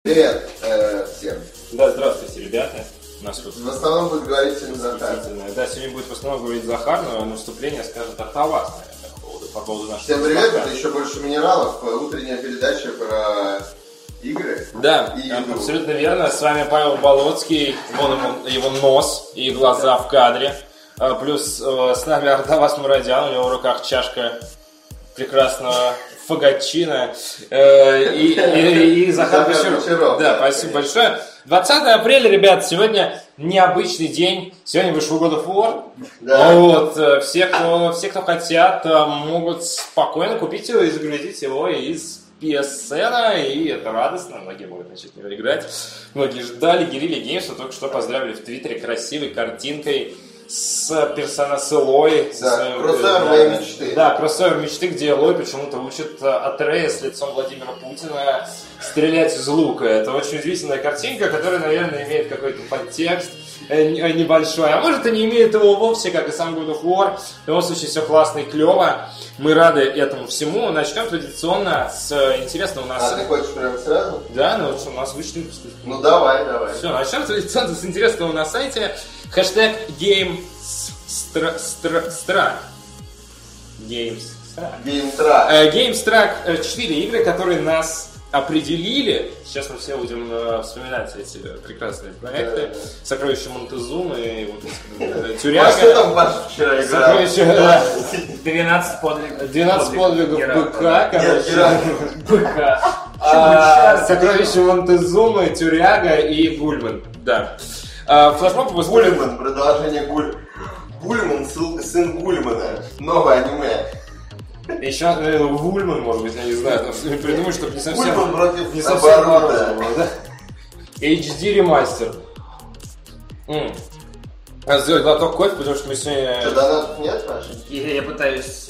Привет всем. Да, здравствуйте, ребята. Нас тут В основном будет говорить сегодня Захар. Да, сегодня будет в основном говорить Захар, но на вступление скажет Автоваз, наверное, по поводу нашего Всем привет, это еще больше минералов. Утренняя передача про игры. Да, и игру. абсолютно верно. С вами Павел Болоцкий, вон его нос и глаза в кадре. Плюс с нами Артаваз Мурадян, у него в руках чашка прекрасного фаготчина и Захар Бочаров. Да, спасибо большое. 20 апреля, ребят, сегодня необычный день. Сегодня вышел God of War. Да. Вот, все, кто хотят, могут спокойно купить его и загрузить его из PSN, и это радостно. Многие могут начать в него играть. Многие ждали. Guerrilla Games только что поздравили в Твиттере красивой картинкой с Элой. Да, кроссовер моей мечты. Да, кроссовер мечты, где Элой почему-то учит Атрея с лицом Владимира Путина стрелять из лука. Это очень удивительная картинка, которая, наверное, имеет какой-то подтекст небольшой. А может, и не имеет его вовсе, как и сам God of War. В любом случае, все классно и клево. Мы рады этому всему. Начнем традиционно с интересного у нас... А ты хочешь прямо сразу? Да, ну у нас вышли. Ну давай. Все, начнем традиционно с интересного на сайте. Хэштег GameStrack 4 игры, которые нас определили. Сейчас мы все будем вспоминать эти прекрасные проекты. Да. Сокровище Монтезумы и вот Тюряга. А что там Паша вчера играл? Сокровище... 12 подвигов. 12 подвигов быка, Быка. Сокровище Монтезумы, Тюряга и Гульман. Да. Флешмоб выступил... Гульман, продолжение Гульман, сын Гульмана. Новое аниме. Еще, наверное, Вульман, может быть, я не знаю, там придумать, чтобы не совсем... Гульман против не совсем оборота. Да? HD ремастер. Надо сделать глоток кофе, потому что мы сегодня... Что, донатов нет, Паша? Я пытаюсь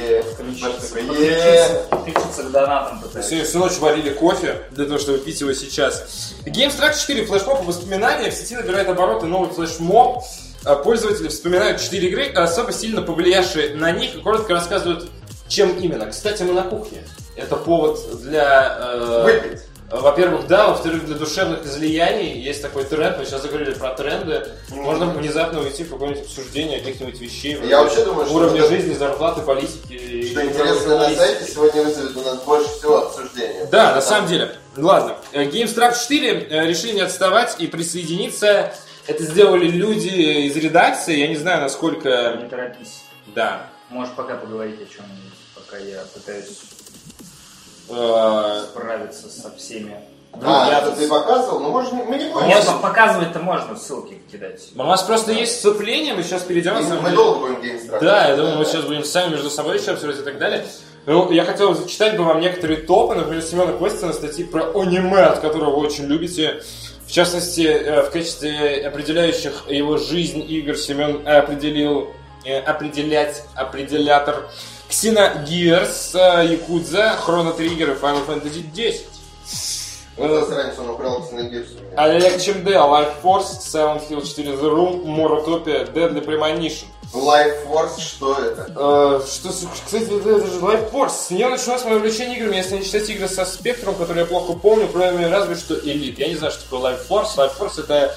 Е. включиться к донатам. Сегодня всю ночь варили кофе для того, чтобы пить его сейчас. GameStrack 4 флешмоб и воспоминания. В сети набирает обороты новый флешмоб. Пользователи вспоминают 4 игры, особо сильно повлиявшие на них, и коротко рассказывают, чем именно. Кстати, мы на кухне. Это повод для... Выпить. Во-первых, да, во-вторых, для душевных излияний. Есть такой тренд, мы сейчас заговорили про тренды. Можно внезапно уйти в какое-нибудь обсуждение каких-нибудь вещей. Я вообще думаю, что уровня жизни, зарплаты, политики. Что интересно на сайте сегодня вызовет у нас больше всего обсуждения. Да, на самом деле. Ладно. GameStrack 4 решили не отставать и присоединиться. Это сделали люди из редакции. Я не знаю, насколько... Не торопись. Да. Можешь пока поговорить о чем-нибудь, пока я пытаюсь справиться со всеми. Это ты показывал? Ну, может, мы не будем. Нет, показывать-то можно, ссылки кидать. У нас просто есть вступление, мы сейчас перейдем. Мы долго будем GameStrack. Да, я думаю, мы сейчас будем сами между собой еще обсуждать и так далее. Ну, я хотел зачитать бы вам некоторые топы, например, Семена Костина, статьи про аниме, от которого вы очень любите. В частности, в качестве определяющих его жизнь игр Семен определил определятор Xenogears, Yakuza, Chrono Trigger и Final Fantasy X. Вот засранец, он украл Xenogears. Олег Чемде, Life Force, Silent Hill 4 The Room, Morotopia, Deadly Premonition. Life Force, что это? Кстати, это же Life Force. С нее началось мое увлечение играми, если не считать игры со спектром, которые я плохо помню, кроме разве что Elite. Я не знаю, что такое Life Force. Life Force это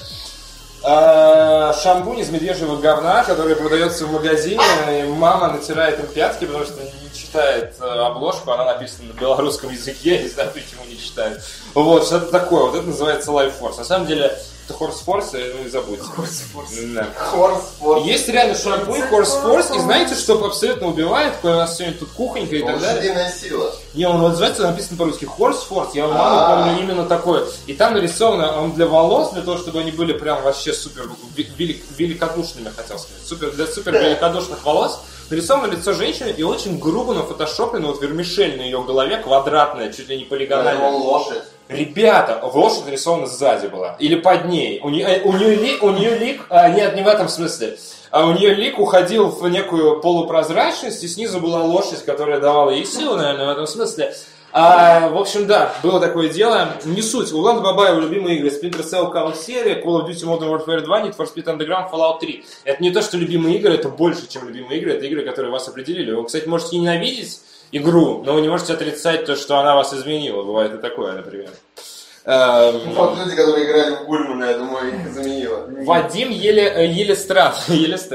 шампунь из медвежьего говна, который продается в магазине, и мама натирает им пятки, потому что не читает обложку, она написана на белорусском языке, я не знаю, почему не читает. Вот, что-то такое, вот это называется Life Force. На самом деле, это Horse Force, ну не забудьте. Horse Force. Да. Horse Force. Есть реально шампунь Horse Force, и знаете, что абсолютно убивает, когда у нас сегодня тут кухонька и так далее? Лошадиная сила. Не, он называется, написано по-русски Horse Force, я маму помню именно такое. И там нарисовано, он для волос, для того, чтобы они были прям вообще супер великодушными, хотел сказать. Для супер великодушных волос нарисовано лицо женщины и очень грубо нафотошоплено, вот вермишель на ее голове, квадратная, чуть ли не полигональная. Лошадь. Ребята, лошадь нарисована сзади была. Или под ней. У нее лик... Нет, не в этом смысле. У нее лик уходил в некую полупрозрачность, и снизу была лошадь, которая давала ей силу, наверное, в этом смысле. В общем, да, было такое дело. Не суть. У Влада Бабаева любимые игры: Splinter Cell, Chaos серия, Call of Duty Modern Warfare 2, Need for Speed Underground, Fallout 3. Это не то, что любимые игры, это больше, чем любимые игры. Это игры, которые вас определили. Вы, кстати, можете ненавидеть игру, но вы не можете отрицать то, что она вас изменила. Бывает и такое, например. Вот люди, которые играли в Гульмана, я думаю, их заменило. Вадим Елистратов.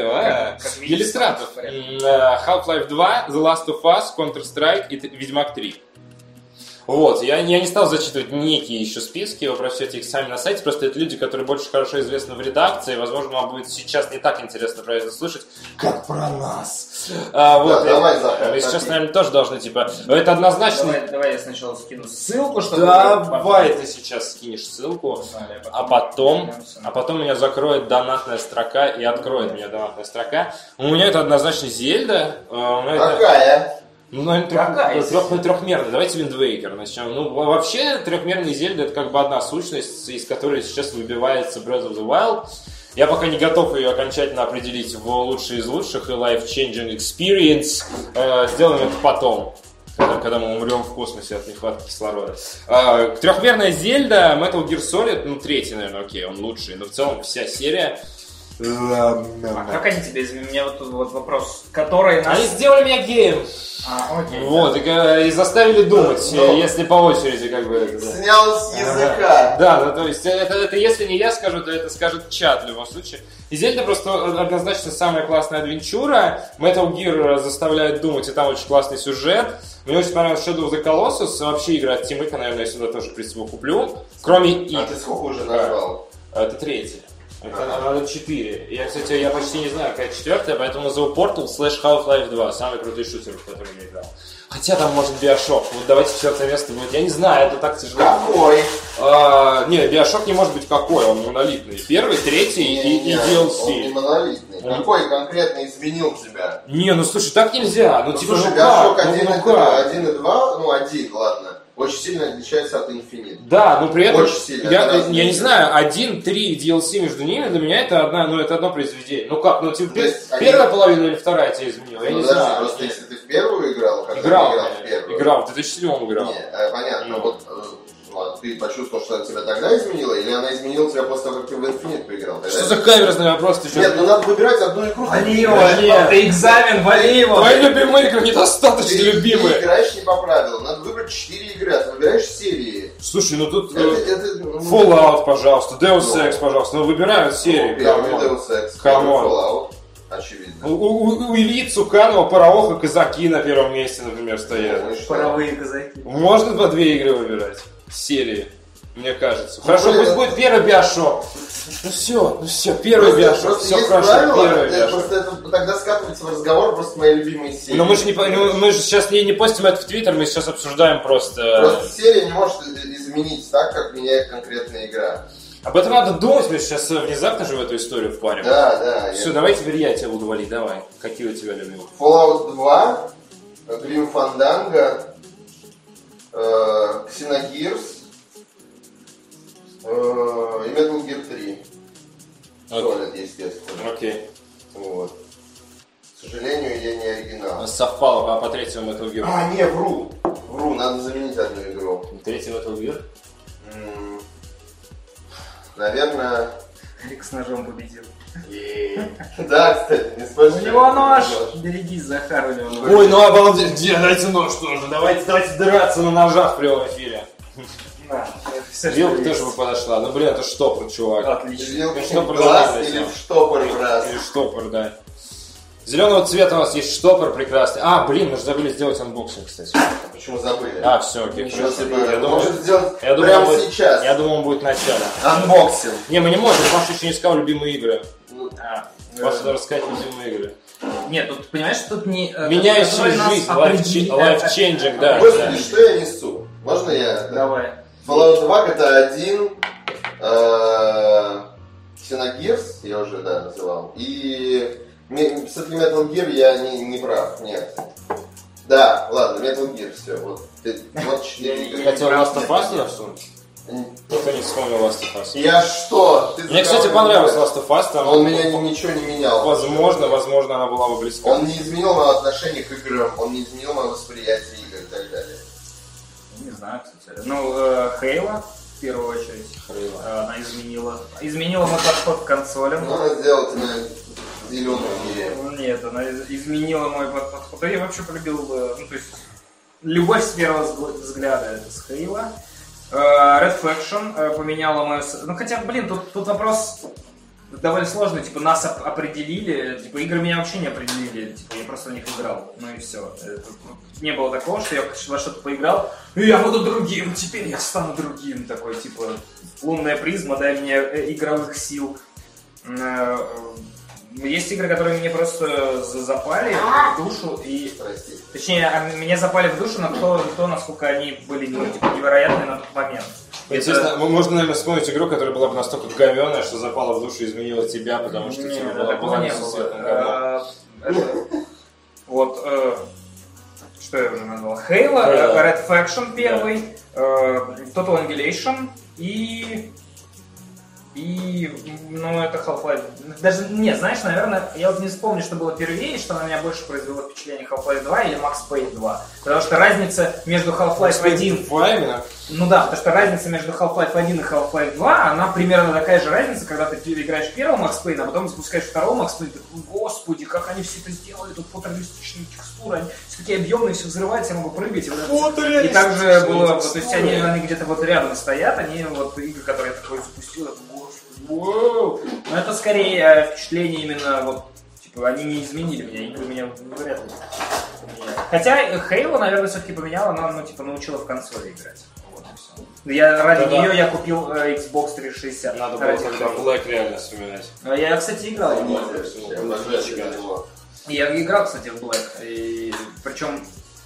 Half-Life 2, The Last of Us, Counter-Strike и Ведьмак 3. Вот, я не стал зачитывать некие еще списки, вы прочтете их сами на сайте, просто это люди, которые больше хорошо известны в редакции, возможно, вам будет сейчас не так интересно про это слышать, как про нас. Вот, давай, Захар. Мы сейчас, наверное, тоже должны, типа, это однозначно... Давай я сначала скину ссылку, чтобы... Давай ты сейчас скинешь ссылку, а потом меня закроет донатная строка и откроет меня донатная строка. У меня это однозначно Зельда. Какая? Ну, наверное, трехмерный. Давайте Wind Waker начнем. Ну, вообще, трехмерный Зельда — это как бы одна сущность, из которой сейчас выбивается Breath of the Wild. Я пока не готов ее окончательно определить в лучший из лучших и life-changing experience. Сделаем это потом, когда мы умрем в космосе от нехватки кислорода. Трехмерная Зельда, Metal Gear Solid, ну, третий, наверное, окей, он лучший, но в целом вся серия... А как они тебе изменили? У меня вот вопрос, который нас... Они сделали меня геем. Окей. Вот, и заставили думать, если по очереди, как бы... Снял с языка. Да, ну, то есть, это если не я скажу, то это скажет чат в любом случае. И Зельда просто однозначно самая классная адвенчура. Metal Gear заставляет думать, и там очень классный сюжет. Мне очень понравилось Shadow of the Colossus. Вообще игра от Team Ico, наверное, я сюда тоже, в принципе, куплю. Кроме... А ты сколько уже назвал? Это третья. Это 4. Я, кстати, я почти не знаю, какая четвертая, поэтому назову Portal / Half-Life 2. Самый крутой шутер, в который я играл. Хотя там может Bioshock. Вот давайте четвертое место будет. Я не знаю, это так тяжело. Какой? Не, Bioshock не может быть какой, он монолитный. Первый, третий и DLC. Он не монолитный. Какой конкретно изменил тебя? Не, ну слушай, так нельзя. Ну типа, слушай, Bioshock 1 и 2, ну 1, ладно. Очень сильно отличается от Infinite. Да, но при этом очень сильно, я не знаю, 1, 3 DLC между ними для меня это одно произведение. Ну как, ну типа первая половина или вторая тебя изменила, я не знаю. Просто если ты в первую играл, когда играл в первую. Играл, в 2007 играл. Не, понятно, вот ты почувствовал, что она тебя тогда изменила, или она изменила тебя после того, как ты в Infinite поиграл? Что за каверзный вопрос ты сейчас? Нет, ну надо выбирать одну игру. Вали его, это экзамен, вали его. Твои любимые игры недостаточно любимые. Ты играешь не по правилам, надо выбрать 4 игры, а ты выбираешь серии. Слушай, ну тут Fallout, пожалуйста, Deus Ex, пожалуйста, ну выбирают серии. Первый Deus Ex, Fallout, очевидно. У Ильи Цуканова Паровоха казаки на первом месте, например, стоят. Паровые казаки. Можно по 2 игры выбирать? Серии, мне кажется. Хорошо, пусть будет первый Bioshock. Ну все, первый Bioshock. Все хорошо, первый Bioshock. Просто это тогда скатывается в разговор просто мои любимые серии. Но мы же сейчас не постим это в Твиттер, мы сейчас обсуждаем просто... Просто серия не может изменить так, как меняет конкретная игра. Об этом надо думать, мы сейчас внезапно же в эту историю впарим. Да. Все, давай теперь я тебя буду валить, давай. Какие у тебя любимые? Fallout 2, Grim Fandango, Xenogears и Metal Gear 3. Solid, естественно. Окей. Вот. К сожалению, я не оригинал. Совпало по третьему Metal Gear. Не, вру, надо заменить одну игру. Третий Metal Gear? Наверное... Рик с ножом победил. Да, кстати, не спрашивай. У него нож! Берегись, Захар, у него нож. Ой, ну обалдеть, дайте нож тоже. Давайте драться на ножах в прямом эфире. Вилка тоже бы подошла. Ну блин, это штопор, чувак. Отлично. Вилка Штопор в глаз нормальный, или да. в штопор в раз? Или штопор, да. Зеленого цвета у нас есть штопор прекрасный. Мы же забыли сделать анбоксинг, кстати. Почему забыли? Все, окей. Я думал, сделать прямо прямо сейчас. Я думал, он будет в начале. Анбоксинг. Не, мы не можем, Паша еще не сказал любимые игры. Паша должен сказать любимые игры. Нет, тут понимаешь, тут не... Меняющие жизнь, life-changing, да. Господи, что я несу? Можно я? Давай. Fallout 2, GTA 1, Xenogears, я уже, называл. И все-таки Metal Gear я не прав, нет. Да, ладно, Metal Gear, все, вот 4 игры. Хотел Last of Us я всунуть? Никто не вспомнил Last of Us. Я что? Мне, кстати, понравился Last of Us. Там он меня ничего не менял. Возможно, она была бы близка. Он не изменил мое отношение к играм, он не изменил мое восприятие игр и так далее. Не знаю, кстати. Хейла, в первую очередь. Она изменила мой подход к консолям. Ну, она сделала тебя зеленым геем. Нет, она изменила мой подход. Я вообще полюбил, то есть, любовь с первого взгляда это с Хейла. Red Faction поменяла мою... Ну, хотя, блин, тут вопрос довольно сложный. Типа, нас определили. Типа, игры меня вообще не определили. Типа, я просто в них играл. Ну и все. Не было такого, что я во что-то поиграл, и я буду другим, теперь я стану другим. Такой, типа, лунная призма, дай мне игровых сил. Есть игры, которые мне просто запали в душу и... Точнее, меня запали в душу на то, насколько они были невероятны на тот момент. Естественно, можно, наверное, вспомнить игру, которая была бы настолько говёная, что запала в душу и изменила тебя, потому что Нет, была такого не было. Вот, что я уже назвал? Halo, Red Faction первый, Total Annihilation и, ну, это Half-Life. Даже, нет, знаешь, наверное, я вот не вспомню, что было первее, что на меня больше произвело впечатление Half-Life 2 или Max Payne 2. Потому что разница между Half-Life 1... Ну да, потому что разница между Half-Life 1 и Half-Life 2, она примерно такая же разница, когда ты играешь в первого Max Payne, а потом запускаешь второго Max Payne, и ты такой, господи, как они все это сделали, тут фотореалистичные текстуры, они все такие объемные, все взрывается, я могу прыгать. И также было, то есть они где-то вот рядом стоят, они вот игры, которые я такой запустил, я такой, господи, воу. Но это скорее впечатление именно вот, типа, они не изменили меня, игры меня вряд ли. Хотя Halo, наверное, все-таки поменяла, но, ну, типа, научила в консоли играть. Я ради нее я купил Xbox 360. Надо было тогда Black реально вспоминать. Я, кстати, играл в Black. Я играл, кстати, в Black. И, причем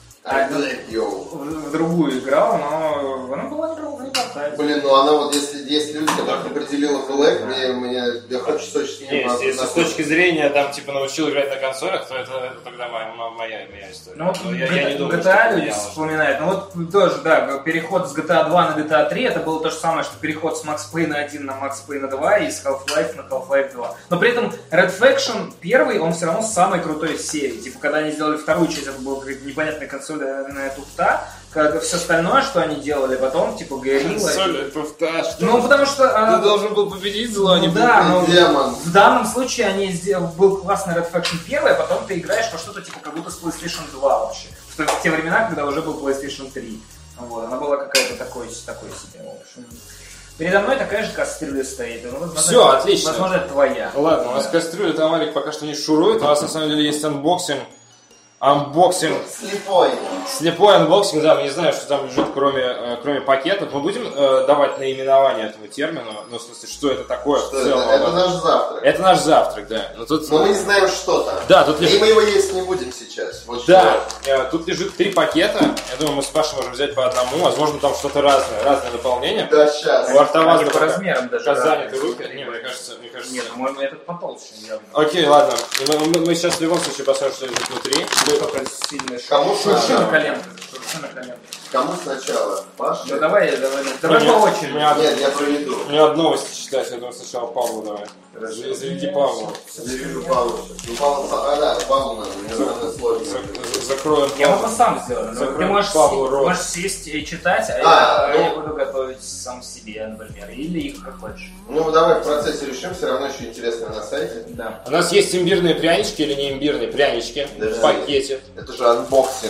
в другую играл, но она была неплохая. Блин, ну она вот, если есть люди, которых определила Black, мне хочется очень... Если с точки зрения, там, типа, научил играть на консолях, то это тогда моя история. Ну вот я не думаю, GTA люди вспоминают. Ну вот тоже, да, переход с GTA 2 на GTA 3, это было то же самое, что переход с Max Payne 1 на Max Payne 2 и с Half-Life на Half-Life 2. Но при этом Red Faction первый, он все равно самый крутой из серии. Типа, когда они сделали вторую часть, это была какая-то непонятная консоль на туфта, как все остальное, что они делали потом, типа Guerrilla. Консоль туфта, что? Ну, потому что... Ты должен был победить зло, а не да, но демон. В данном случае был классный Red Faction 1, а потом ты играешь во что-то типа как будто с PlayStation 2 вообще. В те времена, когда уже был PlayStation 3. Вот, она была какая-то такой себе, в общем. Передо мной такая же кастрюля стоит. Ну, возможно, все, отлично. Возможно, это твоя. Ладно, у нас кастрюля, там Алик пока что не шурует. У нас на самом деле есть анбоксинг. Анбоксинг. Слепой анбоксинг, да, мы не знаем, что там лежит, кроме пакетов. Мы будем давать наименование этому термину, ну, в смысле, что это такое в целом. Это наш завтрак. Это наш завтрак, да. Но мы не знаем, что там. Да, тут лежит... И мы его есть не будем сейчас. Вот да, тут лежит 3 пакета. Я думаю, мы с Пашей можем взять по одному. Возможно, там что-то разное наполнение. Да, сейчас. У АвтоВАЗа по размерам даже. заняты руки. Не, мне кажется... Нет, по-моему, этот потолще явно. Окей, ладно. Мы сейчас в любом случае посмотрим, что лежит внутри. Только сильный Кому шурши на коленках. Кому сначала? Паша? Ну давай по очереди. Нет, я проведу. Мне одну новость читать, я думаю, сначала Павлу давай. Заведи Павлу. Заведу Павлу. Ну, Павлу надо, мне надо сложно. Закроем. Я могу сам сделать. Ты можешь сесть и читать, а я буду готовить сам себе, например. Или их как хочешь. Ну, давай в процессе решим, все равно еще интересно на сайте. Да. У нас есть имбирные прянички или не имбирные прянички в пакете. Это же анбоксинг.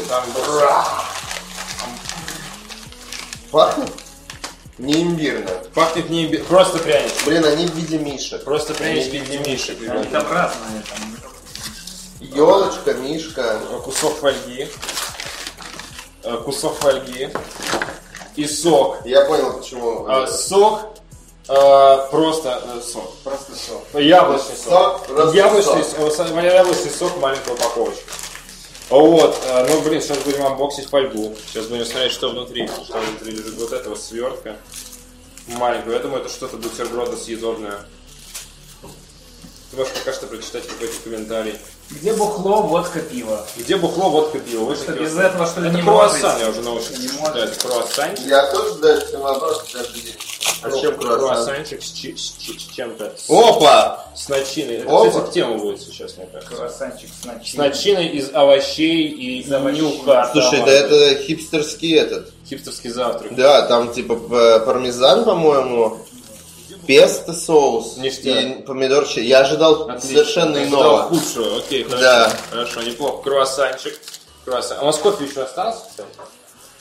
Пахнет? Не имбирно. Пахнет не имбирно, просто прянички. Блин, они в виде мишек. Просто прянички в виде мишек. Это разные там. Елочка, мишка. Кусок фольги. И сок. Я понял, почему. Сок. Просто сок. Просто сок. Яблочный сок. Яблочный сок, маленькая упаковочка. Вот, ну блин, сейчас будем анбоксить фольгу. Сейчас будем смотреть, что внутри. Что внутри лежит. Вот эта вот свертка. Маленькую. Я думаю, это что-то бутерброда съедобное. Ты можешь пока что прочитать какой-то комментарий. Где бухло, водка, пиво? Где бухло, водка, пиво? Вы что, без этого что ли это не круассан, я уже научился читать. Это круассан. Я тоже задаю себе вопрос каждый день. А с чем круассанчик? С чем-то. Опа! С начиной. Это, Опа. кстати, тема будет сейчас, мне кажется. Круассанчик с начиной. С начиной из овощей и нюха. Слушай, да это хипстерский хипстерский завтрак. Да, там типа пармезан, по-моему, песто соус ништяк. И помидорчик. Я ожидал совершенно иного. Худшего, окей, хорошо. Да. Хорошо, неплохо. Круассанчик. А у нас кофе еще остался, кстати?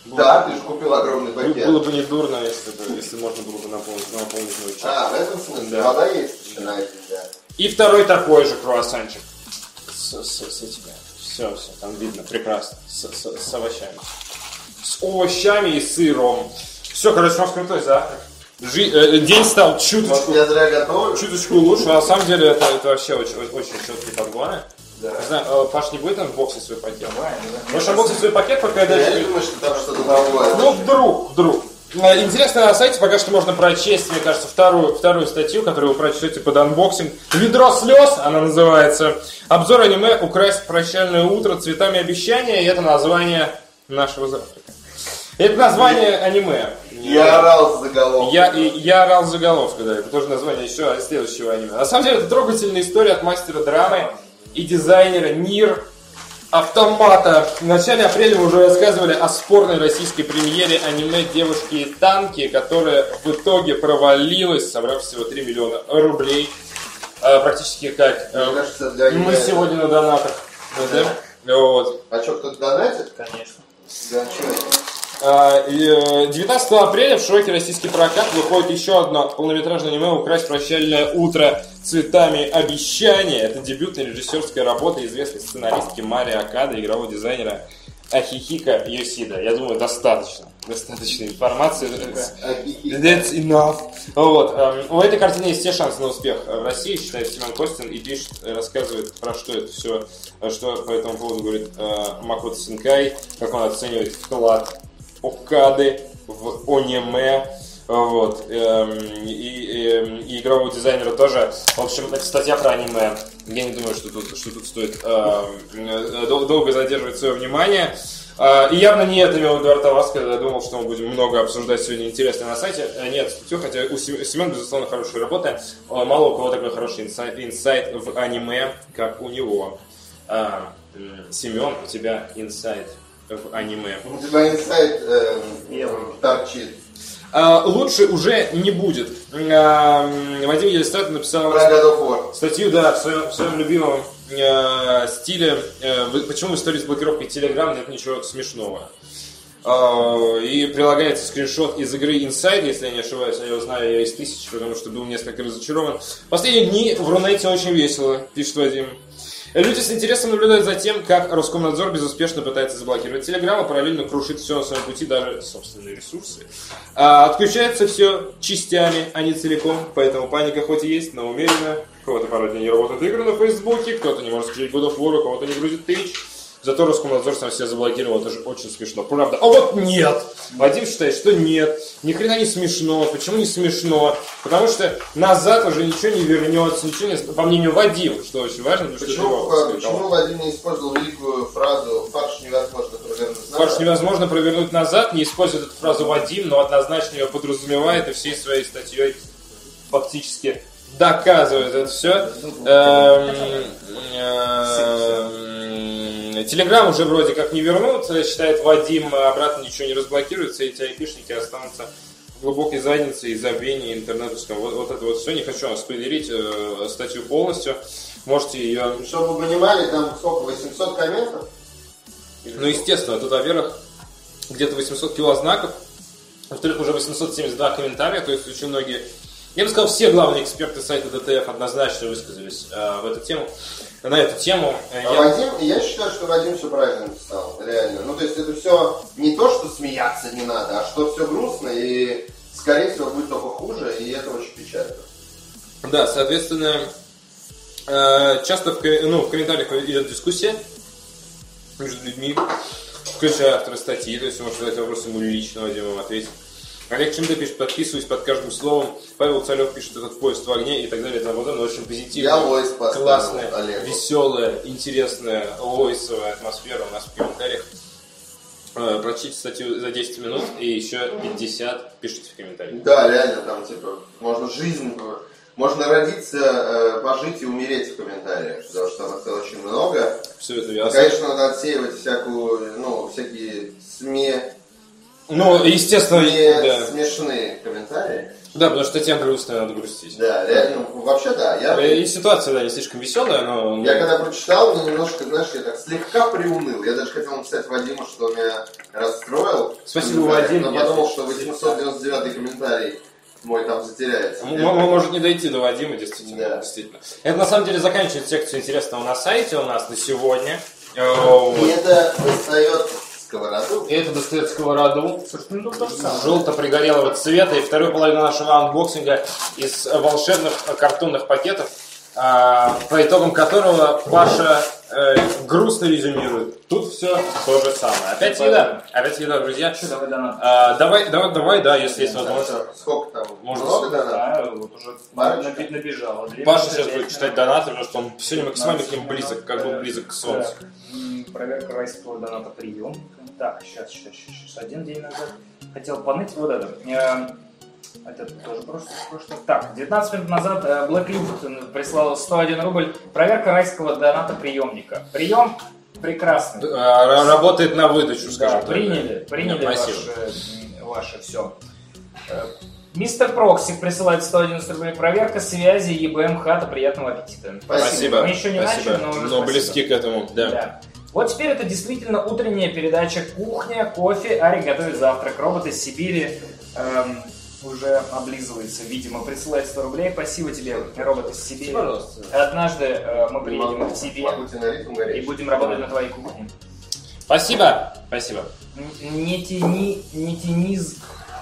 Да, ты же купил огромный пакет. Было бы не дурно, если можно было бы наполнить новый чай. В этом смысле? Да. Вода есть еще на этим, да. И второй такой же круассанчик. С этими. Все, там видно, прекрасно. С овощами. С овощами и сыром. Все, короче, у нас крутой завтрак. День стал чуточку лучше, а на самом деле это вообще очень четкие подгоны. Да. Не знаю, Паш не будет анбоксить свой пакет? Можешь анбоксить свой пакет, пока я дальше... Я не думаю, что там что-то новое. Ну, вдруг. Интересно, на сайте пока что можно прочесть, мне кажется, вторую статью, которую вы прочтете под анбоксинг. «Ведро слез», она называется. Обзор аниме «Украсть прощальное утро цветами обещания». И это название нашего завтрака. Это название аниме. Я орал с заголовка. Я орал с заголовка, да. Это тоже название еще следующего аниме. На самом деле, это трогательная история от мастера драмы и дизайнера Нир Автомата. В начале апреля мы уже рассказывали о спорной российской премьере аниме «Девушки и танки», которая в итоге провалилась, собрав всего 3 миллиона рублей. Практически как мы сегодня на донатах. Да? Вот. А что, кто-то донатит? Конечно. Да, что? 19 апреля в широкий российский прокат выходит еще одно полнометражное аниме «Украсть прощальное утро цветами обещания». Это дебютная режиссерская работа известной сценаристки Мари Акада, игрового дизайнера Ахихика Йосида. Я думаю, достаточно информации. That's enough. Вот. У этой картины есть все шансы на успех в России, считает Семен Костин, и пишет, рассказывает, про что это все, что по этому поводу говорит Макото Синкай, как он оценивает вклад Окады в аниме, вот, и игрового дизайнера тоже. В общем, это статья про аниме. Я не думаю, что тут стоит долго задерживать свое внимание. И явно не это имел Эдуард Авас, когда я думал, что мы будем много обсуждать сегодня интересное на сайте. Нет, статью, хотя у Семена, безусловно, хорошая работа. Мало у кого такой хороший инсайт в аниме, как у него. Семен, у тебя инсайт в аниме. У тебя инсайт торчит. Лучше уже не будет. Вадим Елистратов написал статью, да, в своем любимом стиле. Почему в истории с блокировкой Telegram нет ничего смешного? И прилагается скриншот из игры Inside, если я не ошибаюсь, я его знаю, я из 1000, потому что был несколько разочарован. В последние дни в Рунете очень весело, пишет Вадим. Люди с интересом наблюдают за тем, как Роскомнадзор безуспешно пытается заблокировать Telegram, а параллельно крушит все на своем пути, даже собственные ресурсы. Отключается все частями, а не целиком, поэтому паника хоть и есть, но умеренно. У кого-то пару дней не работают игры на Фейсбуке, кто-то не может скачать God of War, у кого-то не грузит Twitch. Зато Роскомнадзор сам себя заблокировал, это же очень смешно. Правда. А вот нет! Вадим считает, что нет. Ни хрена не смешно. Почему не смешно? Потому что назад уже ничего не вернется, ничего не... По мнению Вадима, что очень важно. Почему Вадим не использовал великую фразу «фарш невозможно провернуть назад»? Фарш невозможно провернуть назад, не использует эту фразу Вадим, но однозначно ее подразумевает и всей своей статьей фактически доказывает это все. Телеграм уже вроде как не вернут, считает Вадим, обратно ничего не разблокируется, эти айпишники останутся в глубокой заднице и забвении интернетовском. Вот это вот все, не хочу вам спойлерить статью полностью, можете ее... Чтобы вы понимали, там сколько, 800 комментов? Ну, естественно, тут, во-первых, где-то 800 килознаков, во-вторых, уже 872 комментария, то есть очень многие... Я бы сказал, все главные эксперты сайта ДТФ однозначно высказались в эту тему. На эту тему. Вадим, я считаю, что Вадим все правильно написал, реально. Ну, то есть это все не то, что смеяться не надо, а что все грустно и, скорее всего, будет только хуже, и это очень печально. Да, соответственно, часто в комментариях идет дискуссия между людьми, включая автора статьи, то есть вы можете задать вопрос ему лично, Вадим вам ответит. Олег Чемда пишет, подписываюсь под каждым словом. Павел Царев пишет, этот поезд в огне и так далее. Это но очень позитивная, классная, веселая, интересная, лойсовая атмосфера у нас в комментариях. Прочтите статью за 10 минут и еще 50 пишите в комментариях. Да, реально, там типа можно жизнь, можно родиться, пожить и умереть в комментариях, потому что там это очень много. Все это ясно. Конечно, надо отсеивать всякие СМИ. Ну, естественно, смешные комментарии. Да, потому что тем грустно, надо грустить. Да, реально, вообще да. И ситуация, да, не слишком веселая, но... Я когда прочитал, мне немножко, знаешь, я так слегка приуныл. Я даже хотел написать Вадиму, что меня расстроил. Спасибо, Вадим. Но подумал, что 899 комментарий мой там затеряется. Может не дойти до Вадима, действительно. Да. Действительно. Это на самом деле заканчивает секцию интересного на сайте у нас на сегодня. И это достает сковороду. И это достает сковороду. Слушай, ну тут то же самое. Желто-пригорелого цвета. И вторую половину нашего анбоксинга из волшебных картонных пакетов, по итогам которого Паша грустно резюмирует. Тут все то же самое. Опять еда. Опять еда, друзья. Что, давай донат? Давай, да, если есть возможность. Сколько там? Может, Много донатов? Да, вот уже Парочка? набежало. Паша сейчас будет читать донаты, потому что он сегодня максимально к ним близок, как бы близок к солнцу. Так, проверка райского доната прием. Так, сейчас. Один день назад хотел поныть вот это. Это тоже просто. Так, 19 минут назад Black Lift прислал 101 рубль. Проверка райского доната приемника. Прием прекрасный. Работает на выдачу, скажем так. Приняли Спасибо. ваше все. Мистер Проксик присылает 111 рублей. Проверка связи ЕБМ хата. Приятного аппетита. Спасибо. Мы еще не начали, но уже спасибо. Близки к этому, да. Вот теперь это действительно утренняя передача «Кухня», кофе, Арик готовит завтрак. Робот из Сибири уже облизывается, видимо, присылает 100 рублей. Спасибо тебе, робот из Сибири. Пожалуйста. Однажды мы приедем к тебе и будем работать на твоей кухне. Спасибо. Не тяниз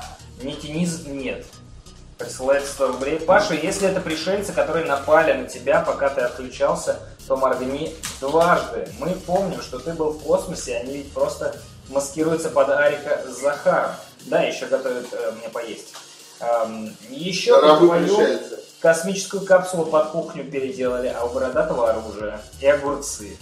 нет. Присылает 100 рублей. Паша, если это пришельцы, которые напали на тебя, пока ты отключался, то моргни дважды. Мы помним, что ты был в космосе, они ведь просто маскируются под Арика с Захаром. Да, еще готовят мне поесть. Еще твою космическую капсулу под кухню переделали, а у бородатого оружия и огурцы.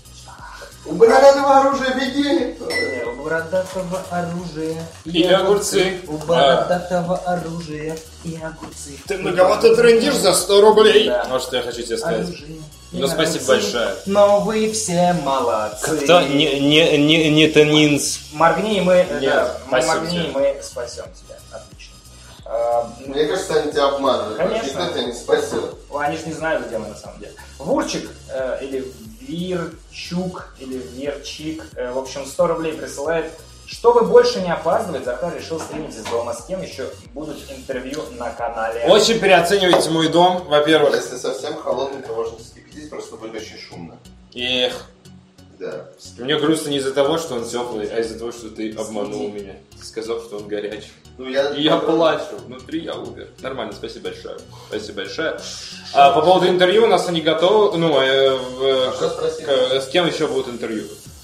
У бородатого оружия беги! У бородатого оружия и огурцы. У бородатого оружия и огурцы. Ты многовато трындишь за 100 рублей. Да. Вот что я хочу тебе сказать. Ну, спасибо большое. Но вы все молодцы. Кто? Не Танинс. Моргни, и мы... Спасибо тебе. Мы спасем тебя. Отлично. Мне кажется, они тебя обманывают. Конечно. Никто тебя не спасет. Они же не знают, где мы на самом деле. Вурчик или Вирчук или Верчик, в общем, 100 рублей присылает. Чтобы больше не опаздывать, Захар решил стримить из дома. С кем еще будут интервью на канале. Очень переоцениваете мой дом, во-первых. Если совсем холодный, то можно скипятить, просто будет очень шумно. Эх. Да. Мне грустно не из-за того, что он теплый, а из-за того, что ты обманул меня. Ты сказал, что он горячий. Ну, И я плачу. Внутри я умер. Нормально, спасибо большое. Спасибо большое. По поводу интервью, у нас они готовы. С кем еще будут интервью?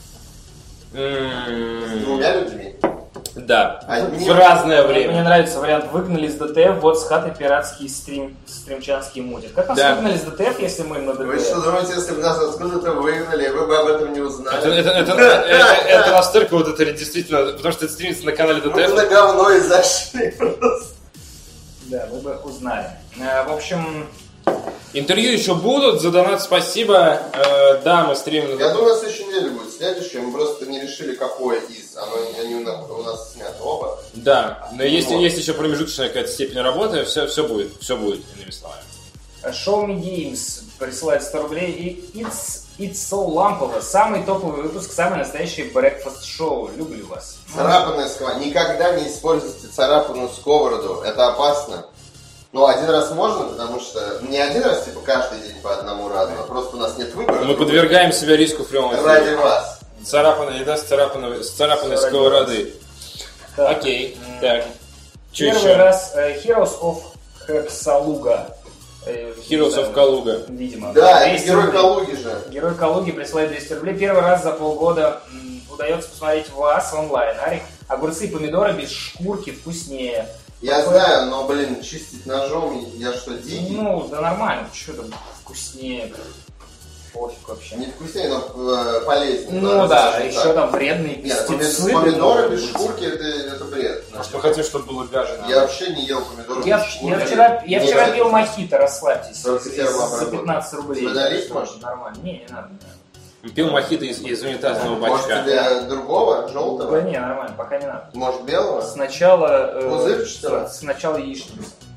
С двумя людьми. Да. Одни... В разное время. Мне нравится вариант «Выгнали из ДТФ», вот с хаты пиратский стримчанский мутит. Как нас выгнали из ДТФ, если мы на ДТФ? Вы что думаете, если бы нас откуда-то выгнали, вы бы об этом не узнали? Это настолько вот это действительно, потому что это стримится на канале ДТФ. Мы на говно и зашли просто. Да, вы бы узнали. В общем... Интервью еще будут, за донат спасибо. Да, мы стримим. Я думаю, на следующей неделе будет следующее. Мы просто не решили, какое из. Они у нас снято оба. Да, но есть еще промежуточная какая-то степень работы, все будет, иными словами. Show Me Games присылает 100 рублей и It's So Лампово. Самый топовый выпуск, самый настоящий breakfast шоу. Люблю вас. Царапанная сковорода. Никогда не используйте царапанную сковороду. Это опасно. Ну, один раз можно, потому что не один раз, типа, каждый день по одному разу, а просто у нас нет выбора. Мы подвергаем себя риску в прямом эфире. Ради вас. Царапанная еда с царапанной сковороды. Окей, так. Первый раз Heroes of Hexaluga. Heroes of Калуга. Видимо. Да, это герой Калуги же. Герой Калуги присылает 200 рублей. Первый раз за полгода удается посмотреть вас онлайн. Арик, огурцы и помидоры без шкурки вкуснее. Я знаю, но, блин, чистить ножом, я что, дикий? Ну, да нормально, что там вкуснее, пофиг вообще. Не вкуснее, но полезнее. Ну да, еще там вредные пестициды. Помидоры без шкурки, это бред. Может, мы хотим, чтобы было гажено. Я вообще не ел помидоры Я без шкурки. вчера пил мохито, расслабьтесь. За 15 рублей. Налить можно? Нормально, не надо. Пил мохито из унитазного бачка. Может, для другого, желтого? Да не, нормально, пока не надо. Может, белого? Сначала Пузырчатого? Сначала яичницу.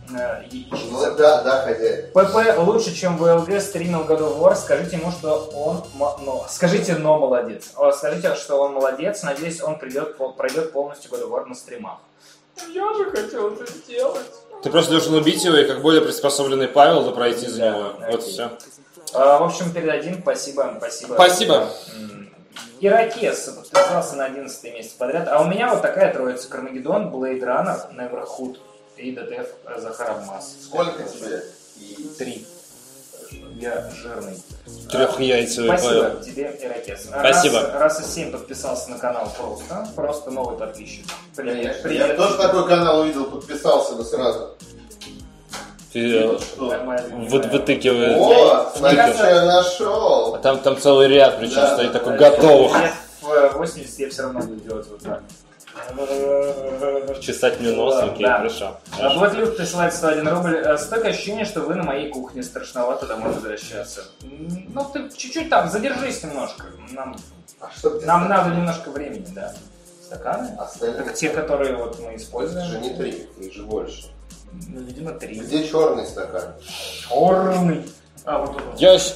Ну, да, хозяин. ПП лучше, чем ВЛГ стримил God of War. Скажите ему, что он... Скажите, но молодец. Скажите, что он молодец. Надеюсь, он пройдет полностью God of War на стримах. Я же хотел это сделать. Ты просто должен убить его, и как более приспособленный Павел, да пройти за него. Вот все. В общем, передадим. Спасибо. Спасибо. Иракес подписался на 11 месяц подряд. А у меня вот такая троица. Кармагеддон, Blade Runner, Neverhood и ДТФ Захаров Масс. Сколько тебе? 3. Я жирный. Трехяйцевый Павел. Спасибо тебе, Иракес. Спасибо. Раз из 7 подписался на канал просто новый подписчик. Привет. Я тоже такой канал увидел, подписался бы сразу. Ты вытыкиваешь. О, смотри, что я нашел. Там целый ряд, причем стоит такой готовых. В 80 я все равно буду делать вот так. Чесать мне нос, окей, да. хорошо. Блэклюфт присылает 101 рубль. Столько ощущение, что вы на моей кухне. Страшновато домой возвращаться. Ну, ты чуть-чуть там, задержись немножко. Нам надо немножко времени, да. Стаканы? Так те, которые вот мы используем. Это же не 3, их же больше. Ну, видимо, 3. Где черный стакан? Черный. Вот тут.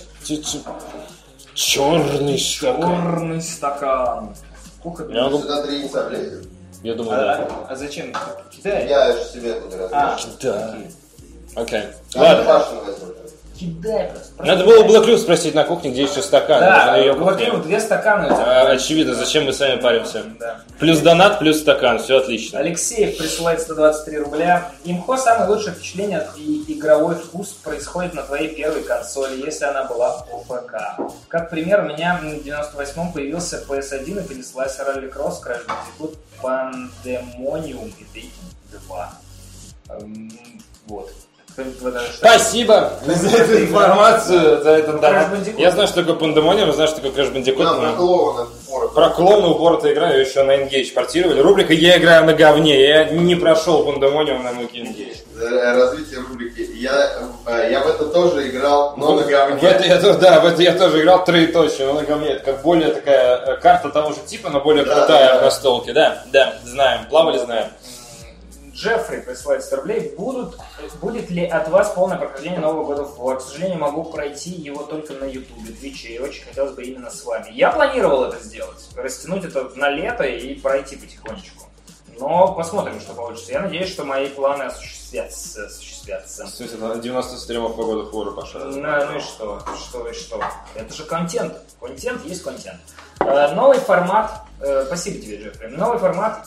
Черный стакан. Черный стакан. Сюда 3 яйца влезет. Я думаю, да. А зачем? Кидай? Я же себе тут размешиваю. Да. Окей. Ладно. Пашин возьму. Кидай просто. Надо было Блэклюфт спросить на кухне, где еще стакан. Да, Блэклюфт 2 стакана у тебя. Очевидно, зачем мы сами паримся. Да. Плюс донат, плюс стакан, все отлично. Алексеев присылает 123 рубля. Имхо, самое лучшее впечатление и игровой вкус происходит на твоей первой консоли, если она была ОФК. Как пример, у меня в 98-м появился PS1 и понеслась Rallycross, Crash Bandicoot, Pandemonium и Taken 2. Вот. Спасибо за эту информацию, за этот донат. Я знаю, что такое Пандемониум, знаю, что такое Crash Bandicoot. Да, про клоуна. Про клоуна упоротая игра, ее еще на Engage портировали. Рубрика «Я играю на говне». Я не прошел Пандемониум на муке Engage. Развитие рубрики. Я в это тоже играл, но на говне. В это я тоже играл, троеточие, но на говне. Это как более такая карта того же типа, но более крутая в настолке. Да, знаем. Плавали, знаем. Джеффри присылает 100 рублей. Будет ли от вас полное прохождение нового God of War? К сожалению, могу пройти его только на Ютубе, Твиче, и очень хотелось бы именно с вами. Я планировал это сделать, растянуть это на лето и пройти потихонечку. Но посмотрим, что получится. Я надеюсь, что мои планы осуществятся. В смысле, 90 стримов по God of War пошел. Ну и что? Что? Это же контент. Контент есть контент. Новый формат. Спасибо тебе, Джеффри. Новый формат.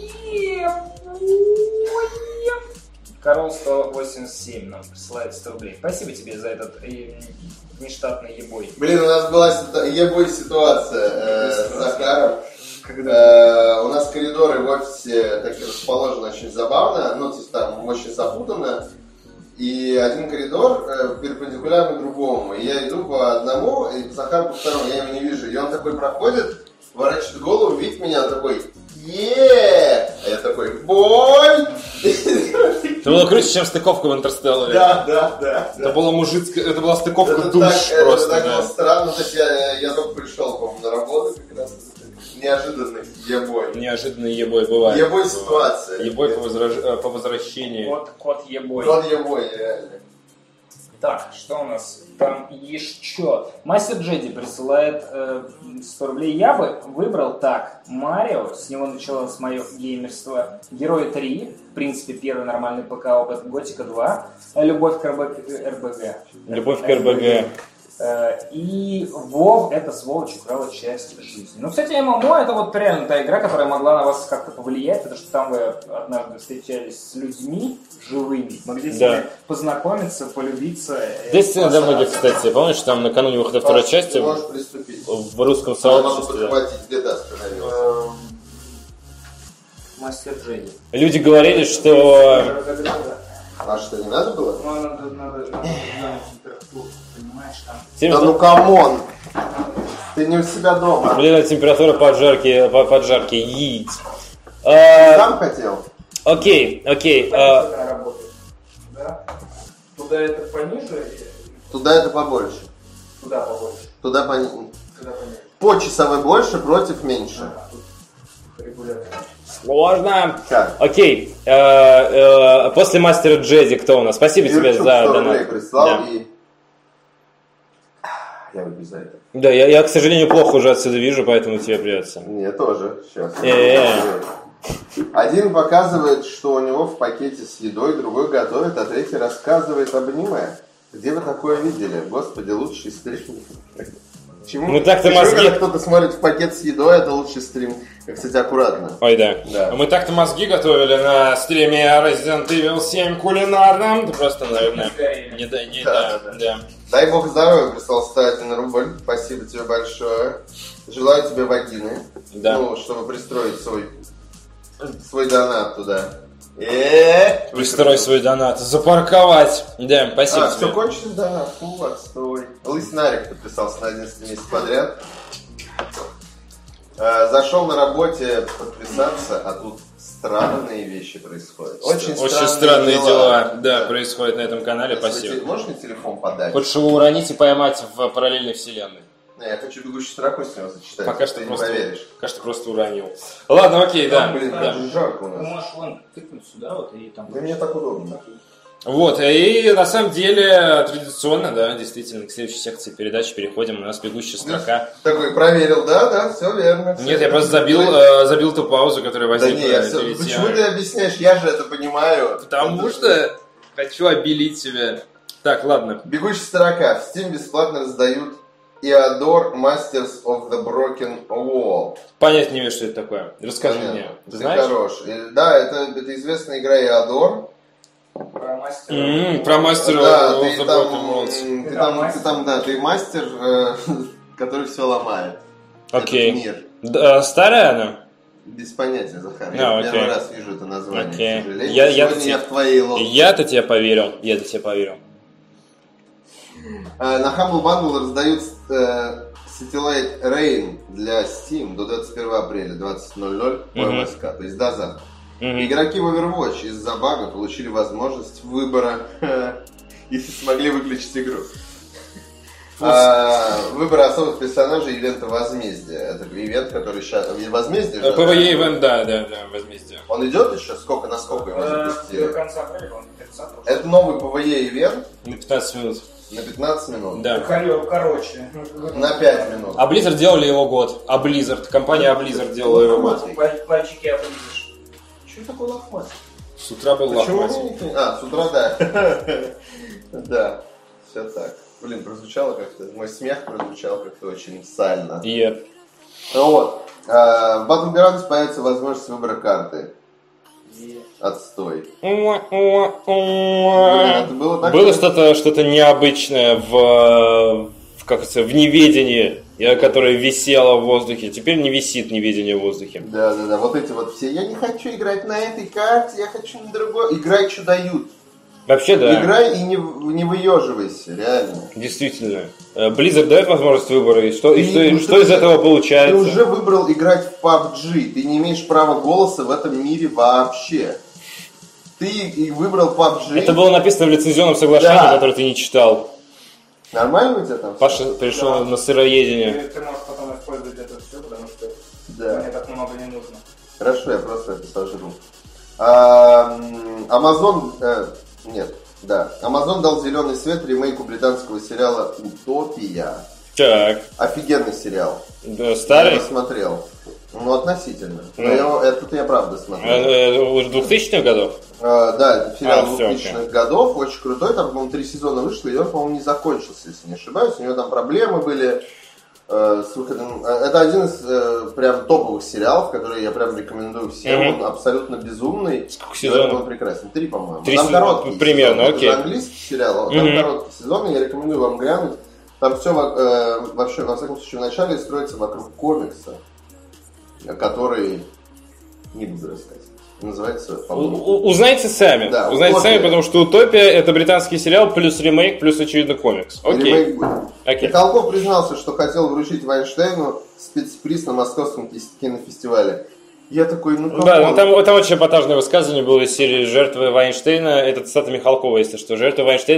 Карол 187 нам присылает 100 рублей. Спасибо тебе за этот нештатный ебой. Блин, у нас была ебой ситуация с Захаром. У нас коридоры в офисе так расположены очень забавно, ну, то есть там очень запутанно. И один коридор перпендикулярно другому. И я иду по одному, и Захар по второму, я его не вижу. И он такой проходит, ворачивает голову, видит меня, он такой: е-е-е! А я такой: бой! Это было круче, чем стыковка в Интерстелларе. Да. Это была мужицкая, это была стыковка это душ так, просто. Это так было странно, то есть я только пришел, по-моему, на работу, как раз неожиданный ебой. Неожиданный ебой бывает. Ебой ситуация. Ебой по возвращении. Кот ебой. Кот ебой, реально. Так, что у нас там еще? Мастер Джеди присылает 100 рублей. Я бы выбрал так. Марио, с него началось мое геймерство. Герои 3, в принципе, первый нормальный ПК-опыт. Готика 2. Любовь к РБГ. Любовь к РБГ. И Вов, это сволочь украла часть жизни. Ну, кстати, ММО это вот реально та игра, которая могла на вас как-то повлиять, потому что там вы однажды встречались с людьми живыми, могли с ними познакомиться, полюбиться. Destiny для многих, кстати, помнишь, там накануне выхода второй части в русском сообществе. Где ты остановился? Мастер Джеди. Люди говорили, что... А что, не надо было? Ну, надо температуру, понимаешь, там. Да ну камон! Ты не у себя дома. Блин, температура поджарки яиц. Сам хотел? Окей. Да? Туда это пониже? Туда это побольше. Туда побольше. Туда пониже. По часовой больше, против меньше. Регулярно. Сложно. Так. Окей. После Мастера Джеди кто у нас? Спасибо тебе за донат. Прислал Да. и... Я выпью за это. Да, я, к сожалению, плохо уже отсюда вижу, поэтому тебе придется. Мне тоже. Сейчас. Э-э. Один показывает, что у него в пакете с едой, другой готовит, а третий рассказывает об аниме. Где вы такое видели? Господи, лучший стрим. Почему? Ну так-то Почему, мозги- когда кто-то смотрит в пакет с едой, это лучший стрим? Кстати, аккуратно. Ой, да. Да. Мы так-то мозги готовили на стриме Resident Evil 7 кулинарном. Ты просто, наверное, да. Дай бог здоровья, прислал 101 рубль. Спасибо тебе большое. Желаю тебе вагины. Да. Ну, чтобы пристроить свой донат туда. Пристрой свой донат. Запарковать. Да, спасибо Все тебе. кончилось, да? Фу, отстой. Лысый Нарик подписался на 11 месяц подряд. Зашел на работе подписаться, а тут странные вещи происходят. Очень странные дела, да, происходят на этом канале. Спасибо. Можешь мне телефон подать? Хочешь его уронить и поймать в параллельной вселенной? Я хочу бегущую строку с него зачитать. Пока что ты не просто, поверишь. пока что просто уронил. Ладно, окей, да. Блин, да. жарко у Ты нас. можешь вон тыкнуть сюда вот и там... Да мне так удобно. Вот, и на самом деле традиционно, да, действительно, к следующей секции передачи переходим. У нас бегущая строка. Такой проверил, да, все верно. Все Нет, я верно. просто забил ту паузу, которая Да возникла. не, почему ты объясняешь? Я же это понимаю. Потому что хочу обелить тебя. Так, ладно. Бегущая строка. В Steam бесплатно раздают Eodor Masters of the Broken Wall. Понять не имею, что это такое. Расскажи Понятно. мне. Ты Ты знаешь? хорош. Да, это известная игра Eodor. Про мастера. Про мастера Да, of ты the Broken Worlds. там, ты мастер, который все ломает. Окей. Этот мир. Да, старая она? Без понятия, Захар. А, Я окей. первый раз вижу это название, Окей. к сожалению. Я Сегодня я в твоей лодке. Я-то тебе поверил. Я-то тебе поверил. На Humble Bundle раздают Satellite Rain для Steam до 21 апреля 20:00 по МСК, то есть до завтра. Игроки в Overwatch из-за бага получили возможность выбора и смогли выключить игру. Выбор особых персонажей ивента Возмездия. Это ивент, который сейчас... Возмездие же? PvE ивент, да, возмездие. Он идет еще? Насколько его До запустили? конца апреля, он 30. Это новый PvE ивент На 15 минут. на 15 минут. Да. Короче. На 5 минут. А Blizzard делали его год. Компания Blizzard делала его год. Пальчики облизишь. Чего такой лохматый? С утра был Почему лохматый. вы не- с утра, да. Да, все так. Блин, прозвучало как-то, мой смех прозвучал как-то очень сально. Ну вот, в Battlegrounds появится возможность выбора карты. Отстой. Блин, это было так... Было что-то необычное в неведении, которое висело в воздухе. Теперь не висит неведение в воздухе. Да, вот эти вот все. Я не хочу играть на этой карте, я хочу на другой. Играй, что дают. Вообще, да. Играй и не выеживайся, реально. Действительно. Blizzard дает возможность выбора, и что из этого получается? Ты уже выбрал играть в PUBG, ты не имеешь права голоса в этом мире вообще. Ты и выбрал PUBG. Это было написано в лицензионном соглашении, Да. которое ты не читал. Нормально у тебя там? Паша пришел на сыроедение. Ты можешь потом использовать это все, потому что Да. мне так много не нужно. Хорошо, я просто это сожру. Amazon... Нет, да. Amazon дал зеленый свет ремейку британского сериала «Утопия». Так. Офигенный сериал. Да, Я старый? его смотрел. Ну, относительно. Но это я правда смотрел. Уже 2000-х годов? Да, это сериал всё, 2000-х годов, очень крутой, там, по-моему, 3 сезона вышло, и он, по-моему, не закончился, если не ошибаюсь, у него там проблемы были с выходом. Это один из прям топовых сериалов, которые я прям рекомендую всем, он абсолютно безумный. Сколько сезонов? Он прекрасен, 3, по-моему. 3 Там сезона, короткий примерно, сезон. окей. Это английский сериал, там короткий сезон, и я рекомендую вам глянуть. Там все вообще, во всяком случае, в начале строится вокруг комикса, который не буду рассказывать. Называется, по-моему. Узнайте сами. Да, Узнайте «Утопия». сами, потому что «Утопия» — это британский сериал, плюс ремейк, плюс, очевидно, комикс. Окей. Ремейк будет. Окей. Михалков признался, что хотел вручить Вайнштейну спецприз на Московском кинофестивале. Я такой, Да, там очень эпатажное высказывание было из серии «Жертвы Вайнштейна». Это цитата Михалкова, если что. «Жертвы Вайнштейна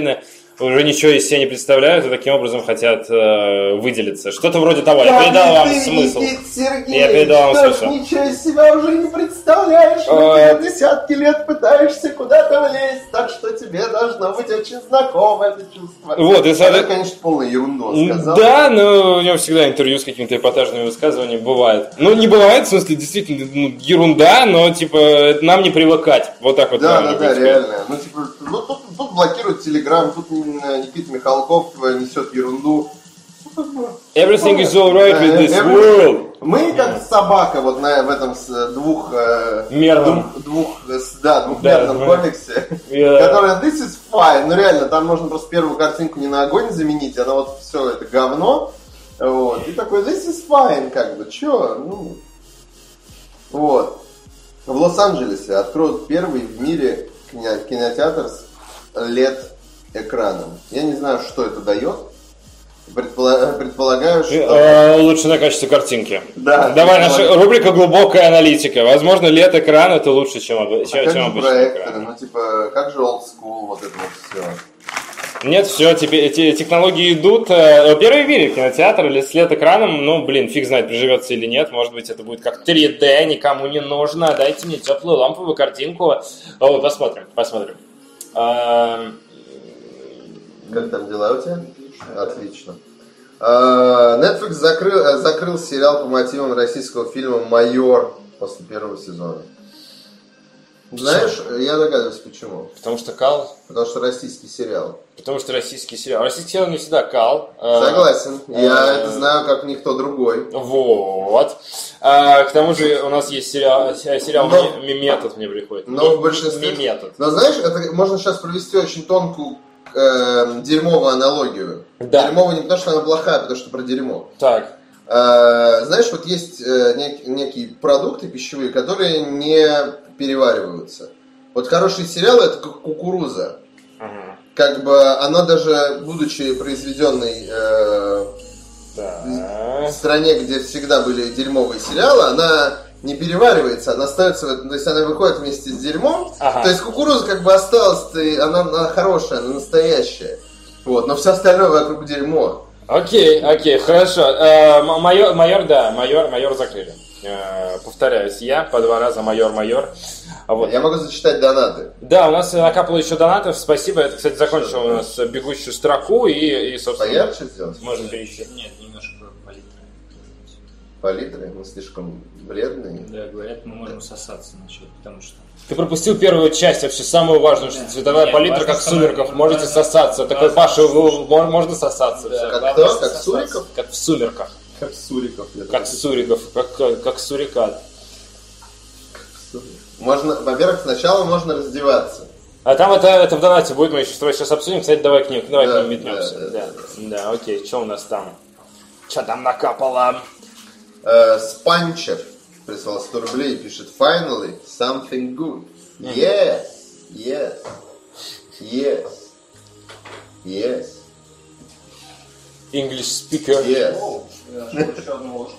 уже ничего из себя не представляют и таким образом хотят выделиться. Что-то вроде того. Я передал вам смысл. Я передал вам смысл. Ничего из себя уже не представляешь. Ты десятки лет пытаешься куда-то влезть, так что тебе должно быть очень знакомо это чувство. Вот, и это, конечно, полная ерунда сказал. Да, но у него всегда интервью с какими-то эпатажными высказываниями бывает. Ну, не бывает, в смысле, действительно, ерунда, но, типа, нам не привыкать. Вот так вот. Да, реально. Ну, типа, тут блокируют Телеграм, тут Никита Михалков несет ерунду. Everything is alright with this world. Мы как собака вот в этом двухмерном комиксе, который This is fine. Ну реально, там можно просто первую картинку не на огонь заменить, а на вот все это говно. Вот. И такой This is fine, как бы, чё? Ну, вот. В Лос-Анджелесе откроют первый в мире кинотеатр с LED-экраном. Я не знаю, что это дает. Предполагаю, что... Улучшенное качество картинки. Да. Давай, наша рубрика «Глубокая аналитика». Возможно, LED-экран это лучше, чем обычный экран. Ну, типа, как же old school, вот это вот все. Нет, все, теперь эти технологии идут. Первый в мире кинотеатр или с LED-экраном, ну, блин, фиг знает, приживется или нет. Может быть, это будет как 3D, никому не нужно. Дайте мне теплую ламповую картинку. Вот, посмотрим. Как там дела у тебя? Отлично. Netflix закрыл сериал по мотивам российского фильма «Майор» после первого сезона. Знаешь, я догадываюсь, почему. Потому что кал? Потому что российский сериал. Российский сериал не всегда кал. Согласен. Я это знаю, как никто другой. Вот. К тому же у нас есть сериал «Метод» мне приходит. Но в большинстве... «Метод». Но знаешь, это можно сейчас провести очень тонкую дерьмовую аналогию. Да. Дерьмовую не потому, что она плохая, а потому что про дерьмо. Так. Знаешь, вот есть некие продукты пищевые, которые не перевариваются. Вот хороший сериал — это как кукуруза. Как бы она даже, будучи произведенной в стране, где всегда были дерьмовые сериалы, она не переваривается, она остается, то есть она выходит вместе с дерьмом. То есть кукуруза как бы осталась, она хорошая, она настоящая. Вот, но все остальное вокруг дерьмо. Окей, хорошо. Майор закрыли. Повторяюсь, я по 2 раза майор. Вот. Я могу зачитать донаты. Да, у нас накапало еще донатов. Спасибо. Это, кстати, закончило у нас бегущую строку и собственно... Поярче сделать? Можем перейти. Нет, немножко палитры. Палитры? Мы слишком бледные. Да, говорят, мы можем сосаться насчет, потому что... Ты пропустил первую часть, вообще самую важную, что цветовая палитра, как в «Сумерках», можете сосаться. Такой, Паша, можно сосаться. Как кто? Как Суриков? Как в «Сумерках». Как Суриков. Как Суриков, как сурикат. Можно, во-первых, сначала можно раздеваться. А там это в донате будет, мы еще сейчас обсудим. Кстати, давай к ним метнемся. Да, окей, что у нас там? Что там накапало? Спанчер прислал 100 рублей и пишет: Finally, something good. Yes. English speaker. Yes. Еще одну ложку.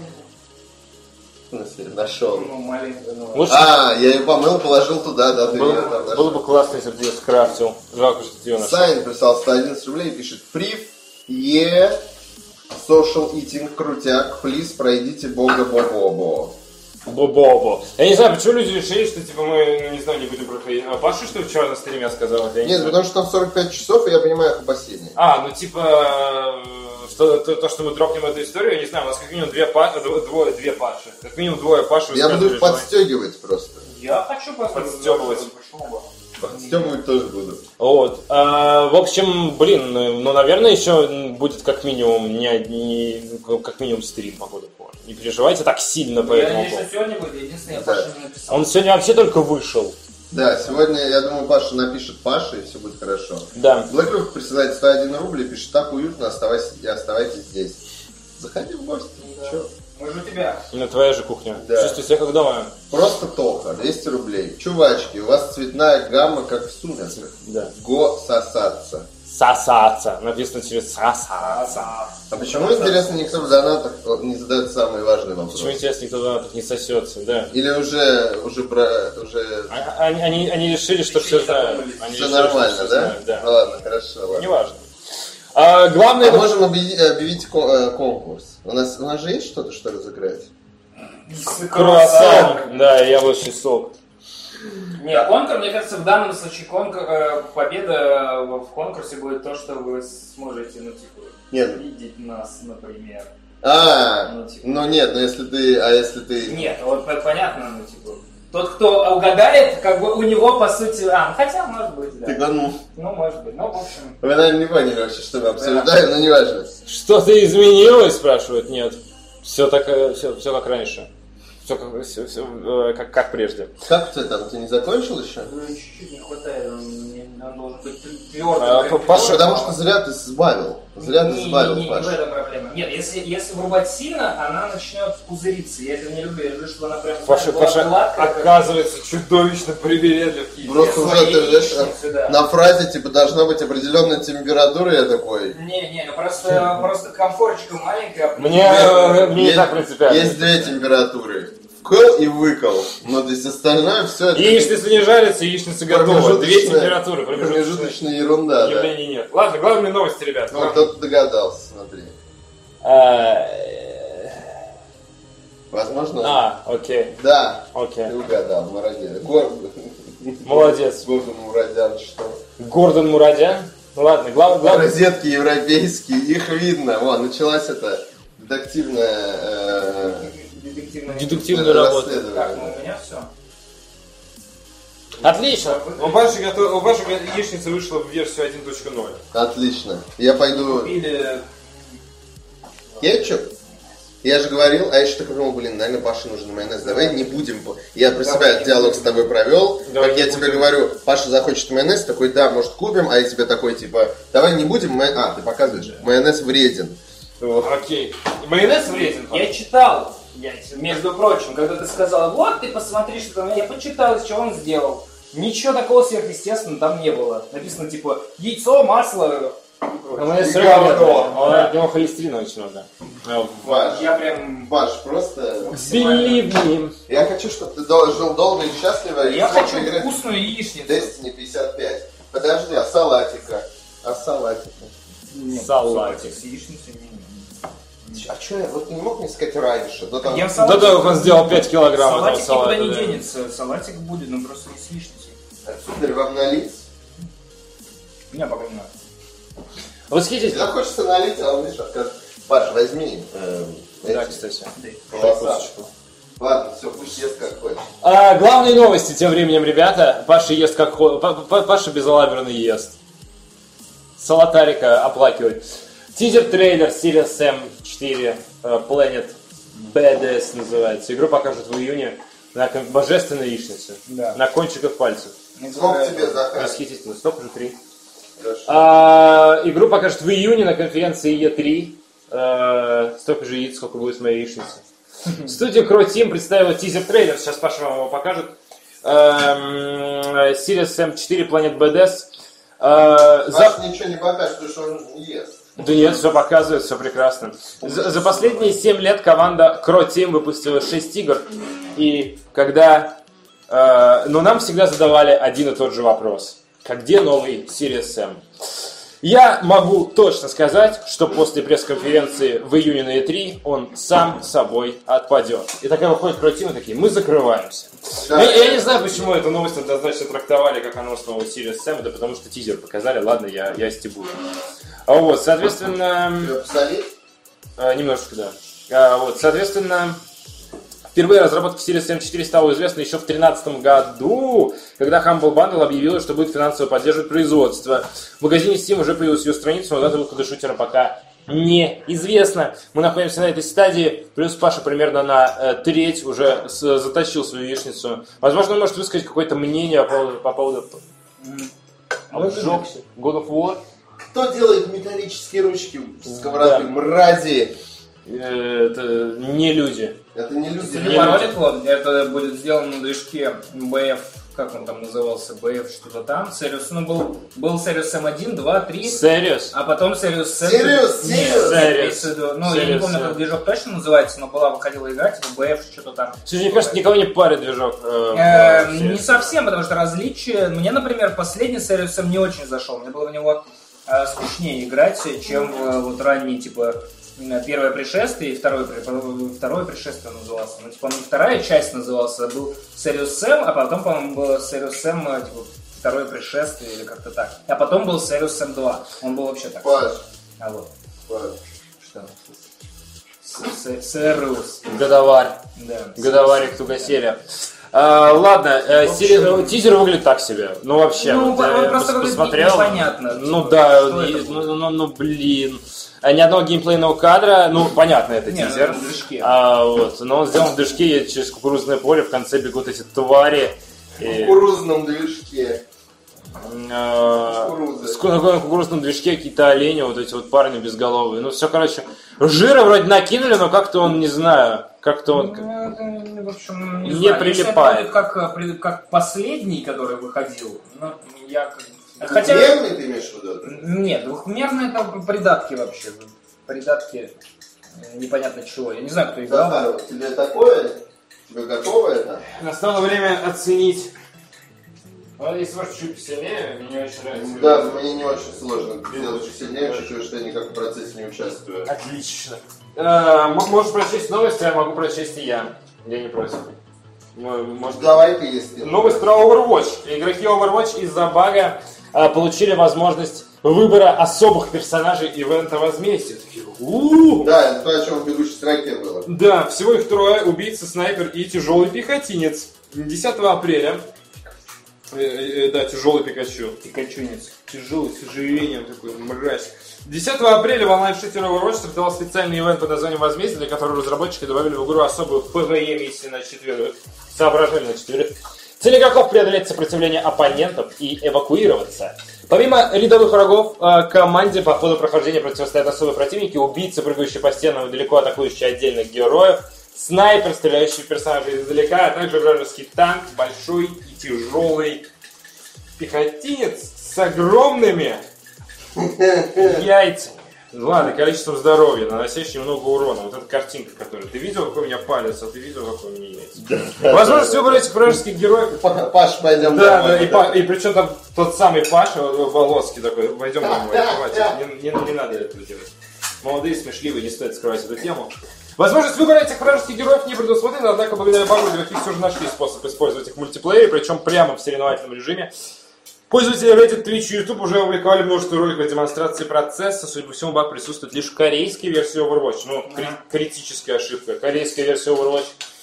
В смысле, нашел. Я ее помыл, положил туда, да, ты ее там нашел. Было бы классно, если бы ты ее скрафтил. Жалко, что ты ее нашел. Сайн прислал 111 рублей и пишет: Прив, social eating крутяк, плиз, пройдите бога бобо. Бобо. Я не знаю, почему люди решили, что типа мы, не знаю, не будем проходить. А Паша, что вчера на стриме сказал? Нет, потому что там 45 часов, и я понимаю их опасения. Ну типа, то, что мы дропнем эту историю, я не знаю, у нас как минимум две Паши. Как минимум двое Паши. Я буду их подстегивать просто. Я хочу подстегивать. Подстегивать тоже буду. Вот. В общем, наверное, еще будет как минимум как минимум стрим по году. Не переживайте так сильно по этому поводу. Сегодня будет, единственное, я Паша не написал. Он сегодня вообще только вышел. Да, сегодня, я думаю, Паша напишет Паше, и все будет хорошо. Да. Блэклюк присылает 101 рубль и пишет: так уютно, оставайтесь здесь. Заходи в гости. Да. Че? Мы же у тебя. Твоя же кухня. Да. Чувствую себя как дома. Просто Тоха, 200 рублей. Чувачки, у вас цветная гамма, как в «Сумерках». Да. Го сосаться. сосаться. Написано через сосаться. А почему, интересно, никто в донатах не задает самый важный вопрос? Почему, интересно, никто в донатах не сосется, да? Или уже... Они решили, что все знают. Все нормально, да? Да. Ладно, хорошо, ладно. Неважно. Главное... можем объявить конкурс. У нас же есть что-то, что разыграть? Круассан, да, яблочный сок. Нет, конкурс, мне кажется, в данном случае победа в конкурсе будет то, что вы сможете, видеть нас, например. Если ты... Нет, вот понятно, тот, кто угадает, как бы у него, по сути... хотя, может быть, да. Может быть, в общем... Вы, наверное, не поняли вообще, что мы обсуждаем, но не важно. Что-то изменилось, спрашивают? Нет. Все как раньше. Все как прежде. Как ты там? Ты не закончил еще? Чуть-чуть не хватает. Он должен быть твердым. Паша, потому что зря ты сбавил. Не в этом проблема. Нет, если врубать сильно, она начнет пузыриться. Я это не люблю. Я люблю, чтобы она прям Паша оказывается чудовищно привередлив. Просто уже ты на фразе должна быть определенная температура, я такой. Просто комфорочка маленькая. Мне не так принципиально. Есть две температуры. Вкл и выкл. Но здесь остальное все это... Яичница не жарится, яичница готова. Две температуры. Промежуточная ерунда, явлений нет. Ладно, главные новости, ребят. Кто-то догадался, смотри. Возможно? Окей. Да. Окей. Ты угадал, молодец. Молодец. Гордон Мурадян, что? Гордон Мурадян? Ладно, главное... Розетки европейские, их видно. Началась эта дедуктивная работа. Так, у меня все. Отлично. У Паши яичница вышла в версию 1.0. Отлично. Я пойду... Или... Кетчуп? Я же говорил, а я еще такой думал, наверное, Паше нужен майонез. Давай не будем... Я про себя диалог с тобой провел. Как я тебе говорю, Паша захочет майонез, такой, да, может купим, а я тебе такой, давай не будем ты показываешь, майонез вреден. Окей. Майонез вреден? Я читал. Между прочим, когда ты сказал, ты посмотри, что там, я почитал, что он сделал. Ничего такого сверхъестественного там не было. Написано, яйцо, масло. Майонез все равно. От него холестерина очень много. Паш, просто... Believe me. Я хочу, чтобы ты жил долго и счастливо. Я хочу вкусную яичницу. Destiny 55. Подожди, а салатика? Нет, салатик с яичницей не. А что, ты не мог мне сказать раньше? Да, он сделал 5 килограмм этого салата. Салатик никуда не денется, салатик будет, но просто не с яичницей. Сударь, вам налить? Меня пока не надо. Восхитительно. Когда хочется налить, а он, видишь, откажет. Паш, возьми. Да, кстати. Ладно, все, пусть ест как хочет. Главные новости тем временем, ребята. Паша ест как хочет. Паша безалаберно ест. Салатарика оплакивает. Тизер-трейлер Series M4 Planet BDS называется. Игру покажут в июне на божественной яичнице. Да. На кончиках пальцев. Сколько тебе Захар? Восхитительно. Столько же 3. Игру покажут в июне на конференции E3. Столько же яиц, сколько будет в моей яичнице. Студия Crow Team представила тизер-трейлер. Сейчас Паша вам его покажет. Series M4 Planet BDS. Паша ничего не покажет, потому что он ест. Да нет, все показывает, все прекрасно. За последние 7 лет команда Crow Team выпустила 6 игр. И когда... нам всегда задавали один и тот же вопрос. Где новый Series M? Я могу точно сказать, что после пресс-конференции в июне на E3 он сам собой отпадет. И такая выходит Crow Team и такие, мы закрываемся. Я не знаю, почему эту новость однозначно трактовали как анонс нового Series M. Да потому что тизер показали, ладно, я стебу. Соответственно... Немножечко, да. Соответственно, впервые разработка Series M4 стала известна еще в 2013 году, когда Humble Bundle объявила, что будет финансово поддерживать производство. В магазине Steam уже появилась ее страница, но дата выхода шутера пока неизвестно. Мы находимся на этой стадии, плюс Паша примерно на треть уже затащил свою яичницу. Возможно, он может высказать какое-то мнение по поводу... Обжегся. God of War. Кто делает металлические ручки в сковороды? Да. Мрази! Это не люди. Это не люди. Если не паролит, это будет сделано на движке BF как он там назывался, BF что-то там, Serious, ну был Serious M1, 2, 3. Serious? А потом Serious Sam. Serious. Ну, я не помню, как движок точно называется, но выходила игра, типа BF что-то там. Слушай, мне кажется, никого не парит движок. Не совсем, потому что различия... Мне, например, последний Serious Sam не очень зашел. Мне было в него скучнее играть, чем вот ранний, типа, первое пришествие и второе пришествие назывался. Ну, типа, вторая часть называлась, был Serious Sam, а потом, по-моему, было Serious Sam, типа, второе пришествие или как-то так. А потом был Serious Sam 2. Он был вообще так. Паш. А вот. Паш. Что? Serious. Годоварь. Да. Годоварик Тугоселя. Ладно, тизер выглядит так себе. Ну вообще, ну, вот, он просто посмотрел. Непонятно. Ну да, ну блин. Ни одного геймплейного кадра, ну понятно, это тизер. В движке. Вот, но он сделан в движке, через кукурузное поле, в конце бегут эти твари. В кукурузном движке. На кукурузном движке какие-то олени, вот эти вот парни безголовые. Ну все, короче, жира вроде накинули, но как-то он, не знаю, как-то он в общем, не знаю. прилипает. Если как последний, который выходил, ну, я... Двухмерный ты имеешь в виду? Нет, двухмерные это придатки вообще. Придатки непонятно чего. Я не знаю, кто играл. Захар, тебе такое? Тебе готово это? Настало время оценить. Если ваш чуть посильнее, мне не очень нравится. Да, мне не очень сложно сделать чуть сильнее, учитывая, что я никак в процессе не участвую. Отлично. Можешь прочесть новости, а могу прочесть и я. Я не против. Может... Давай-ка, если... Новость про Overwatch. Игроки Overwatch из-за бага получили возможность выбора особых персонажей ивента возмездия. Да, это то, о чем в бегущей строке было. Да, всего их трое: убийца, снайпер и тяжелый пехотинец. 10 апреля. Да, тяжелый Пикачу. Пикачунец. Тяжелый, с сожалением, такой мразь. 10 апреля в онлайн-шутере Overwatch стартовал специальный ивент под названием «Возмездие», для которого разработчики добавили в игру особую PvE-миссию на четверых. Соображали на четверых. Цель игроков — преодолеть сопротивление оппонентов и эвакуироваться. Помимо рядовых врагов, команде по ходу прохождения противостоят особые противники: убийцы, прыгающие по стенам и далеко атакующие отдельных героев, снайпер, стреляющий в персонажей издалека, а также вражеский танк, большой и тяжелый пехотинец с огромными яйцами. Ладно, количеством здоровья, наносящим много урона. Вот эта картинка, которая... Ты видел, какой у меня палец, а ты видел, какой у меня яйца? Возможность выбрать этих вражеских героев... Паш, пойдем домой. Да, и причем там тот самый Паша, волоски такой, пойдем домой, хватит, не надо этого делать. Молодые, смешливые, не стоит скрывать эту тему. Возможность выбора этих вражеских героев не предусмотрена, однако благодаря багу игроки все же нашли способ использовать их в мультиплеере, причем прямо в соревновательном режиме. Пользователи Reddit, Twitch и YouTube уже опубликовали множество роликов демонстрации процесса. Судя по всему, баг присутствует лишь в корейской версии Overwatch. Ну, критическая ошибка. Корейская версия Overwatch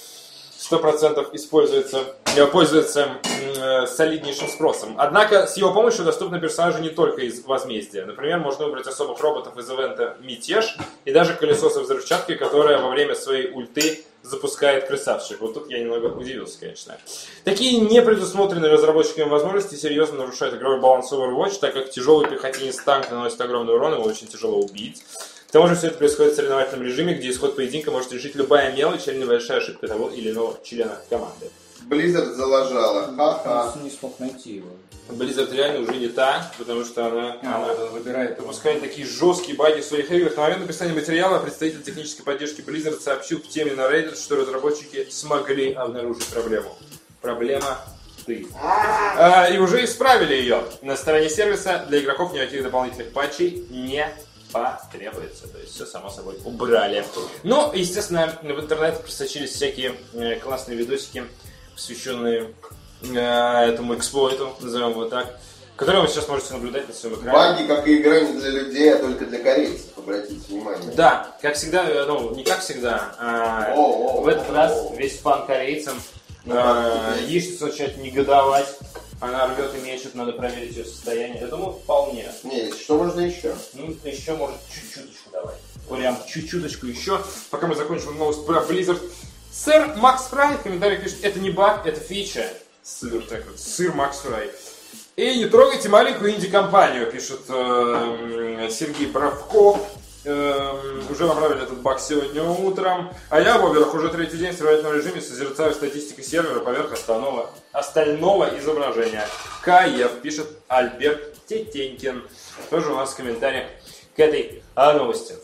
100% пользуется солиднейшим спросом. Однако с его помощью доступны персонажи не только из Возмездия. Например, можно выбрать особых роботов из ивента Мятеж и даже колесо со взрывчаткой, которое во время своей ульты запускает красавчик. Вот тут я немного удивился, конечно. Такие непредусмотренные разработчиками возможности серьезно нарушают игровой баланс Overwatch, так как тяжелый пехотинец танк наносит огромный урон, его очень тяжело убить. К тому же все это происходит в соревновательном режиме, где исход поединка может решить любая мелочь или небольшая ошибка того или иного члена команды. Blizzard залажала. Ха-ха. Не смог найти его. Blizzard реально уже не та, потому что она выбирает. Выпускает такие жесткие баги в своих играх. На момент написания материала представитель технической поддержки Blizzard сообщил в теме на Reddit, что разработчики смогли обнаружить проблему. Проблема ты. И уже исправили ее. На стороне сервиса для игроков никаких дополнительных патчей не потребуется. То есть все само собой убрали. Ну, естественно, в интернет просочились всякие классные видосики, посвященные этому эксплойту, назовем его так, который вы сейчас можете наблюдать на своем экране. Баги, как и игра, не для людей, а только для корейцев, обратите внимание. Да, как всегда, ну, не как всегда, в этот раз весь фан корейцам. Яичницу начинает негодовать, она рвет и мечет, надо проверить ее состояние. Я думаю, вполне. Не, что можно еще? Ну, еще может чуть-чуточку давай. Прям чуть-чуточку еще, пока мы закончим новость про Blizzard. Сэр Макс Фрай в комментариях пишет: это не баг, это фича. Сыр так вот, сыр Макс Фрай. И не трогайте маленькую инди-компанию, пишет Сергей Бравков. Уже направили этот баг сегодня утром. А я, во-первых, уже третий день в сравнительном режиме созерцаю статистику сервера поверх остального изображения. Каев, пишет Альберт Тетенькин. Тоже у нас в комментариях к этой новости.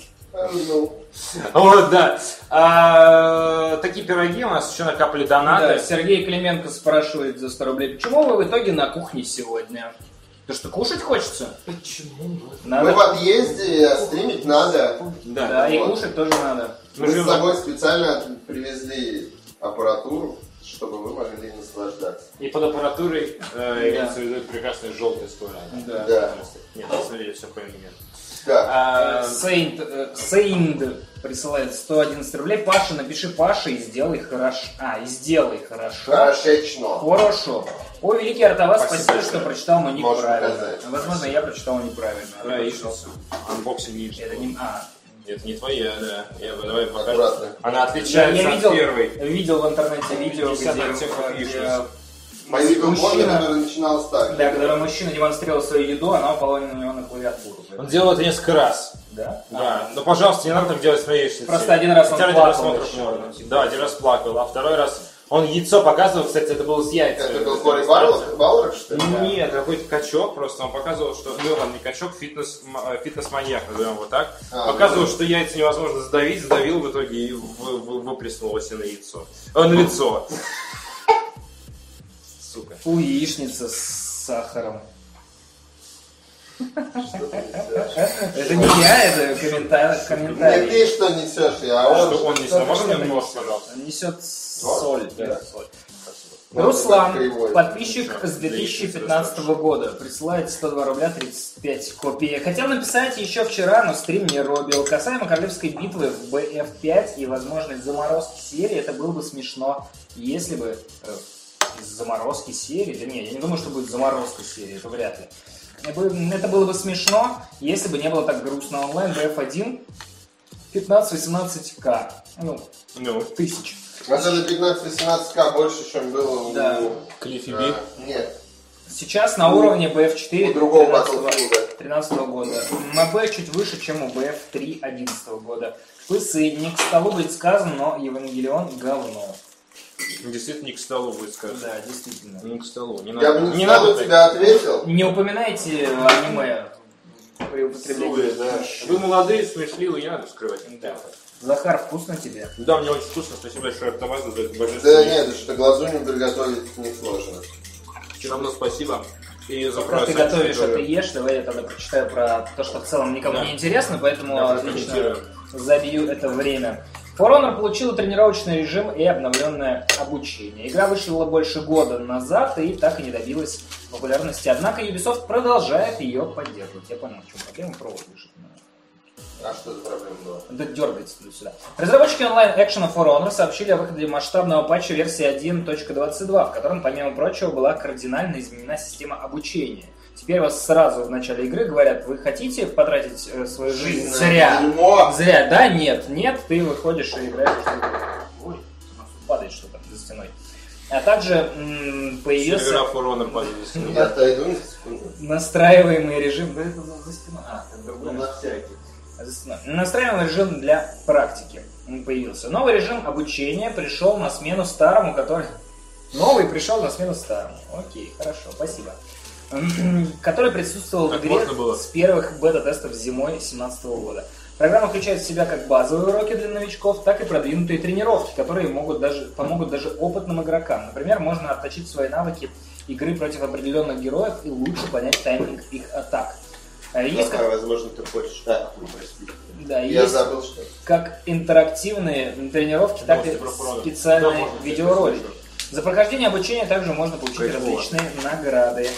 Вот, да. Такие пироги у нас еще накапали донаты. Да, Сергей Клименко спрашивает за 100 рублей. Почему вы в итоге на кухне сегодня? Потому что кушать хочется? Почему? Мы в отъезде, а стримить надо. Да, и кушать тоже надо. Мы с собой специально привезли аппаратуру, чтобы вы могли наслаждаться. И под аппаратурой имеется в виду прекрасный желтый ствол. Да. Нет, на самом деле все поименно. Сейнд присылает 111 рублей. Паша, напиши Паша и сделай хорошо. И сделай хорошо. Хорошечно. Хорошо. О, великий Артавас, спасибо, что прочитал мой ник правильно. Сказать. Возможно, я прочитал неправильно. Да, яичницу. Анбоксинг яичницы. Это не... Это не твоя, да. Давай покажем. Аккуратно. Она отличается от первой. Видел в интернете видео, где По виду блогера, который начинался так. Да, когда мужчина демонстрировал свою еду, она упала на него на клавиатуру. Он делал это несколько раз. Да? Да. Но, пожалуйста, не надо так делать с моей яичницей. Просто один раз он плакал. Да, один раз плакал, а второй раз он яйцо показывал, кстати, это было с яйцами. Это был Кори Валрок, что ли? Нет, какой-то качок, просто он показывал, что... Ну, ладно, не качок, фитнес-маньяк, назовем его так. Показывал, что яйца невозможно задавить, задавил в итоге и выплеснулось на яйцо. На лицо. Сука. Фу, яичница с сахаром. Это не я, это комментарий. Не ты что несешь, а он. Что он несет? Можно мне нос, пожалуйста? Несет соль. Да. Руслан, подписчик с 2015 года, присылает 102 рубля 35 копеек. Хотел написать еще вчера, но стрим не робил. Касаемо королевской битвы в BF5 и возможной заморозки серии, это было бы смешно, если бы из заморозки серии... Да нет, я не думаю, что будет заморозка серии, это вряд ли. Это было бы смешно, если бы не было так грустно. Онлайн BF1 15-18к. Тысяч. Вот это 15-18к больше, чем было у... Да. Клиффи Би? Нет. Сейчас на уровне BF4 у другого 13 года. МБ чуть выше, чем у BF3 11 года. Пысы, не к столу будет сказано, но Евангелион говно. Действительно, не к столу будет сказано. Да, действительно. Не к столу. Я бы не надо тебя ответил. Не упоминайте аниме при употреблении. Да. Вы молодые, смешливые, не надо скрывать. Да. Захар, вкусно тебе? Да, мне очень вкусно. Спасибо большое, Артаваз, за это Да божественное. нет, что глазунью приготовить несложно. Все равно спасибо. И за Пока ты готовишь, а ты ешь, давай я тогда прочитаю про то, что в целом никому не интересно, поэтому отлично забью это время. For Honor получила тренировочный режим и обновленное обучение. Игра вышла больше года назад и так и не добилась популярности. Однако Ubisoft продолжает ее поддерживать. Я понял, в чем проблема, провод лежит. А что за проблема была? Да дергается туда-сюда. Разработчики онлайн-экшена For Honor сообщили о выходе масштабного патча версии 1.22, в котором, помимо прочего, была кардинально изменена система обучения. Теперь вас сразу в начале игры говорят, вы хотите потратить свою жизнь зря? Зря, да, нет, ты выходишь и играешь. Ой, у нас падает что-то за стеной. А также появился... Сервера For Honor падает. Я отойду на секунду. Настраиваемый режим... Да это за стеной. Это другой. На всякий. Настраиваемый режим для практики появился. Новый режим обучения пришел на смену старому, который... Новый пришел на смену старому. Окей, хорошо, спасибо. Который присутствовал в игре с первых бета-тестов зимой 2017 года. Программа включает в себя как базовые уроки для новичков, так и продвинутые тренировки, которые помогут даже опытным игрокам. Например, можно отточить свои навыки игры против определенных героев и лучше понять тайминг их атак. Есть возможно, ты хочешь. Да, прости. Да, я есть забыл, что... как интерактивные тренировки, так и специальные видеоролики. За прохождение обучения также можно получить различные награды.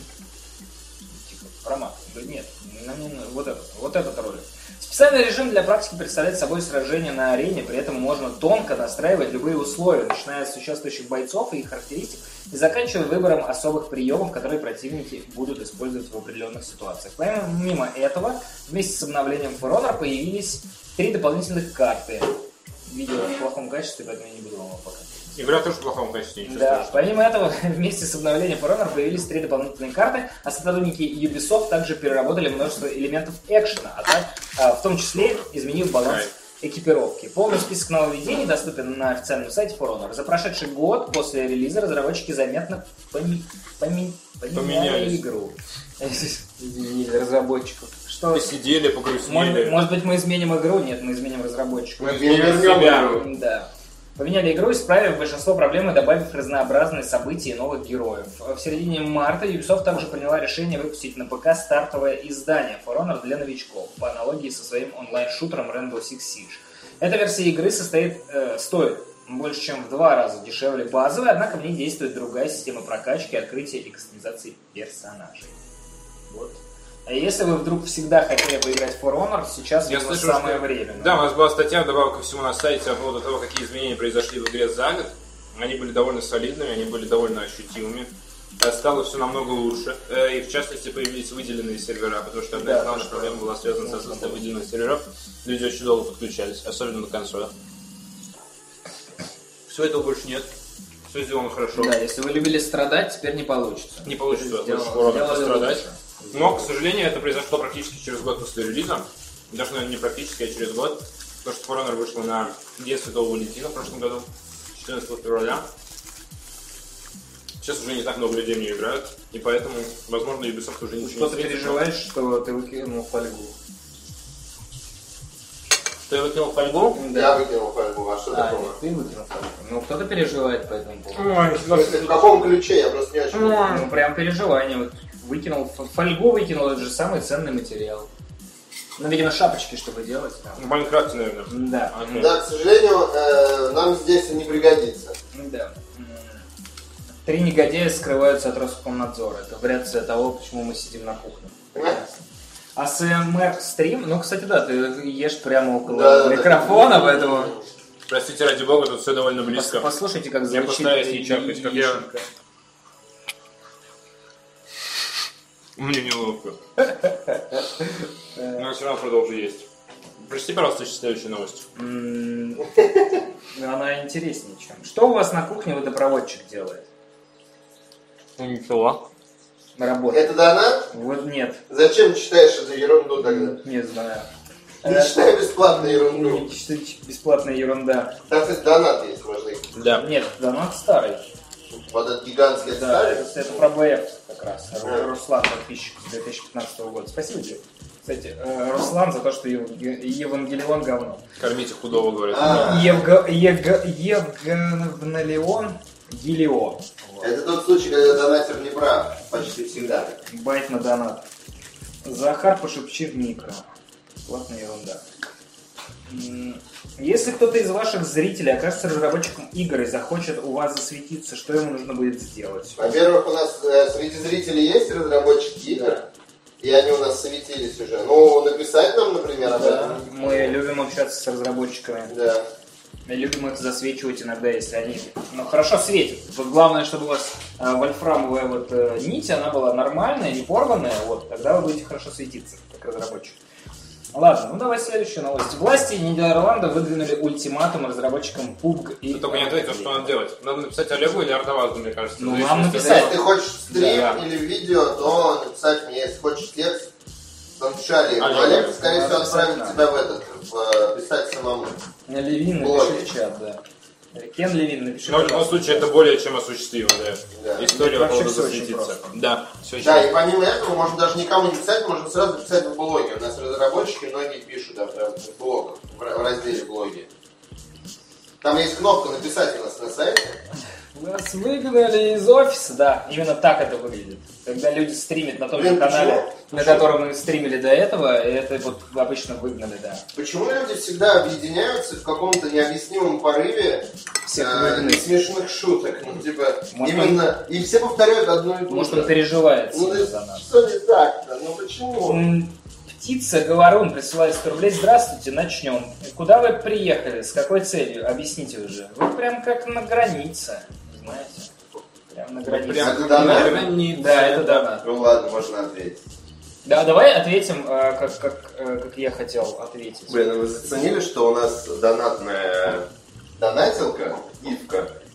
Роман, нет, вот этот ролик. Специальный режим для практики представляет собой сражение на арене, при этом можно тонко настраивать любые условия, начиная с участвующих бойцов и их характеристик, и заканчивая выбором особых приемов, которые противники будут использовать в определенных ситуациях. Помимо этого, вместе с обновлением For Honor появились 3 дополнительных карты. Видео в плохом качестве, поэтому я не буду вам показывать. Игра тоже в плохом качестве. Да, помимо этого, вместе с обновлением For Honor появились 3 дополнительные карты, а сотрудники Ubisoft также переработали множество элементов экшена, в том числе изменив баланс экипировки. Полный список нововведений доступен на официальном сайте For Honor. За прошедший год после релиза разработчики заметно поменяли игру. Изменили разработчиков. Что? Посидели, погрустнели. Может быть, мы изменим игру? Нет, мы изменим разработчиков. Мы изменим себя. Да. Поменяли игру, исправив большинство проблем и добавив разнообразные события и новых героев. В середине марта Ubisoft также приняла решение выпустить на ПК стартовое издание For Honor для новичков, по аналогии со своим онлайн-шутером Rainbow Six Siege. Эта версия игры стоит больше, чем в 2 раза дешевле базовой, однако в ней действует другая система прокачки, открытия и кастомизации персонажей. Вот. А если вы вдруг всегда хотели поиграть в For Honor, сейчас самое время. Да, у нас была статья, вдобавок ко всему, на сайте по поводу того, какие изменения произошли в игре за год. Они были довольно солидными, они были довольно ощутимыми. Стало все намного лучше. И в частности появились выделенные сервера, потому что одна из главных проблем была связана с отсутствием выделенных серверов. Люди очень долго подключались, особенно на консолях. Всего этого больше нет. Все сделано хорошо. Да, если вы любили страдать, теперь не получится. Не получится больше For Honor страдать. Но, к сожалению, это произошло практически через год после релиза. Даже, наверное, не практически, а через год. Потому что For Honor вышла на День Святого Валентина в прошлом году, 14 февраля. Сейчас уже не так много людей в нее играют, и поэтому, возможно, Ubisoft уже ничего не встретит. Что ты переживаешь, что ты выкинул фольгу? Что я выкинул фольгу? Да. Я выкинул фольгу, а что такого? Ты выкинул фольгу. Ну, кто-то переживает по этому поводу. В каком ключе? Я просто не очень... Ну, прям переживание. Вот выкинул фольгу, выкинул, это же самый ценный материал. Ну, видимо, шапочки, чтобы делать. Да. В Майнкрафте, наверное. Да. Да, к сожалению, нам здесь не пригодится. Да. 3 негодяя скрываются от Роскомнадзора. Это вариация того, почему мы сидим на кухне. АСМР стрим. Ну, кстати, да, ты ешь прямо около микрофона, поэтому... Простите, ради бога, тут все довольно близко. Послушайте, как звучит. Я постараюсь не чапать, как я... Мне неловко. Но я все равно продолжу есть. Прочти, пожалуйста, следующую новость. Она интереснее, чем... Что у вас на кухне водопроводчик делает? Ничего. Работает. Это донат? Вот нет. Зачем читаешь эту ерунду тогда? Не знаю. Не читай бесплатную ерунду. Не читай бесплатная ерунда. Там, кстати, донат есть, можно их. Да. Нет, донат старый. Вот этот гигантский старый? Это про БФ как раз. Руслан, подписчик с 2015 года. Спасибо тебе. Кстати, Руслан за то, что Евангелион говно. Кормите худого, говорят. Евангелион Гелион. Это тот случай, когда донатер не прав. Почти всегда. Байт на донат. Захар пошепчит микро. Платная ерунда. Если кто-то из ваших зрителей окажется разработчиком игр и захочет у вас засветиться, что ему нужно будет сделать? Во-первых, у нас среди зрителей есть разработчики игр, и они у нас светились уже. Ну, написать нам, например, об этом. Мы любим общаться с разработчиками. Да. Мы любим их засвечивать иногда, если они хорошо светят. Вот главное, чтобы у вас вольфрамовая нить, она была нормальная, не порванная, тогда вы будете хорошо светиться, как разработчик. Ладно, давай следующую новость. Власти Нидерландов выдвинули ультиматум разработчикам PUBG и... Ты только не ответил, что надо делать. Надо написать Олегу или Ардавазу, мне кажется. Ну, нам написать. Если ты хочешь стрим или видео, то написать мне. Если хочешь текст, то напиши Олегу. Олег, скорее всего, отправит тебя писать самому. Левин, напиши в чат, да. Кен Левин, напиши. Но в любом случае это более чем осуществимо, да. История это около все засветиться. Да, все да, и помимо этого, можно даже никому не писать, можно сразу писать в блоге. У нас разработчики многие пишут, да, прям в блогах, в разделе блоги. Там есть кнопка написать у нас на сайте. Нас выгнали из офиса, да, именно так это выглядит. Когда люди стримят на том же канале, на котором мы стримили до этого, это обычно выгнали, да. Почему люди всегда объединяются в каком-то необъяснимом порыве смешных шуток? Ну, типа, может, именно... И все повторяют одно и то же. Может, он переживает за нас. Что не так-то? Ну почему? Птица Говорун присылает 100 рублей. Здравствуйте, начнем. Куда вы приехали? С какой целью? Объясните уже. Вы прям как на границе, знаете. Прям на границе. Это донат? Да, это донат. Ну ладно, можно ответить. Да, давай ответим, как я хотел ответить. Блин, вы заценили, что у нас донатная донатилка, Ивка,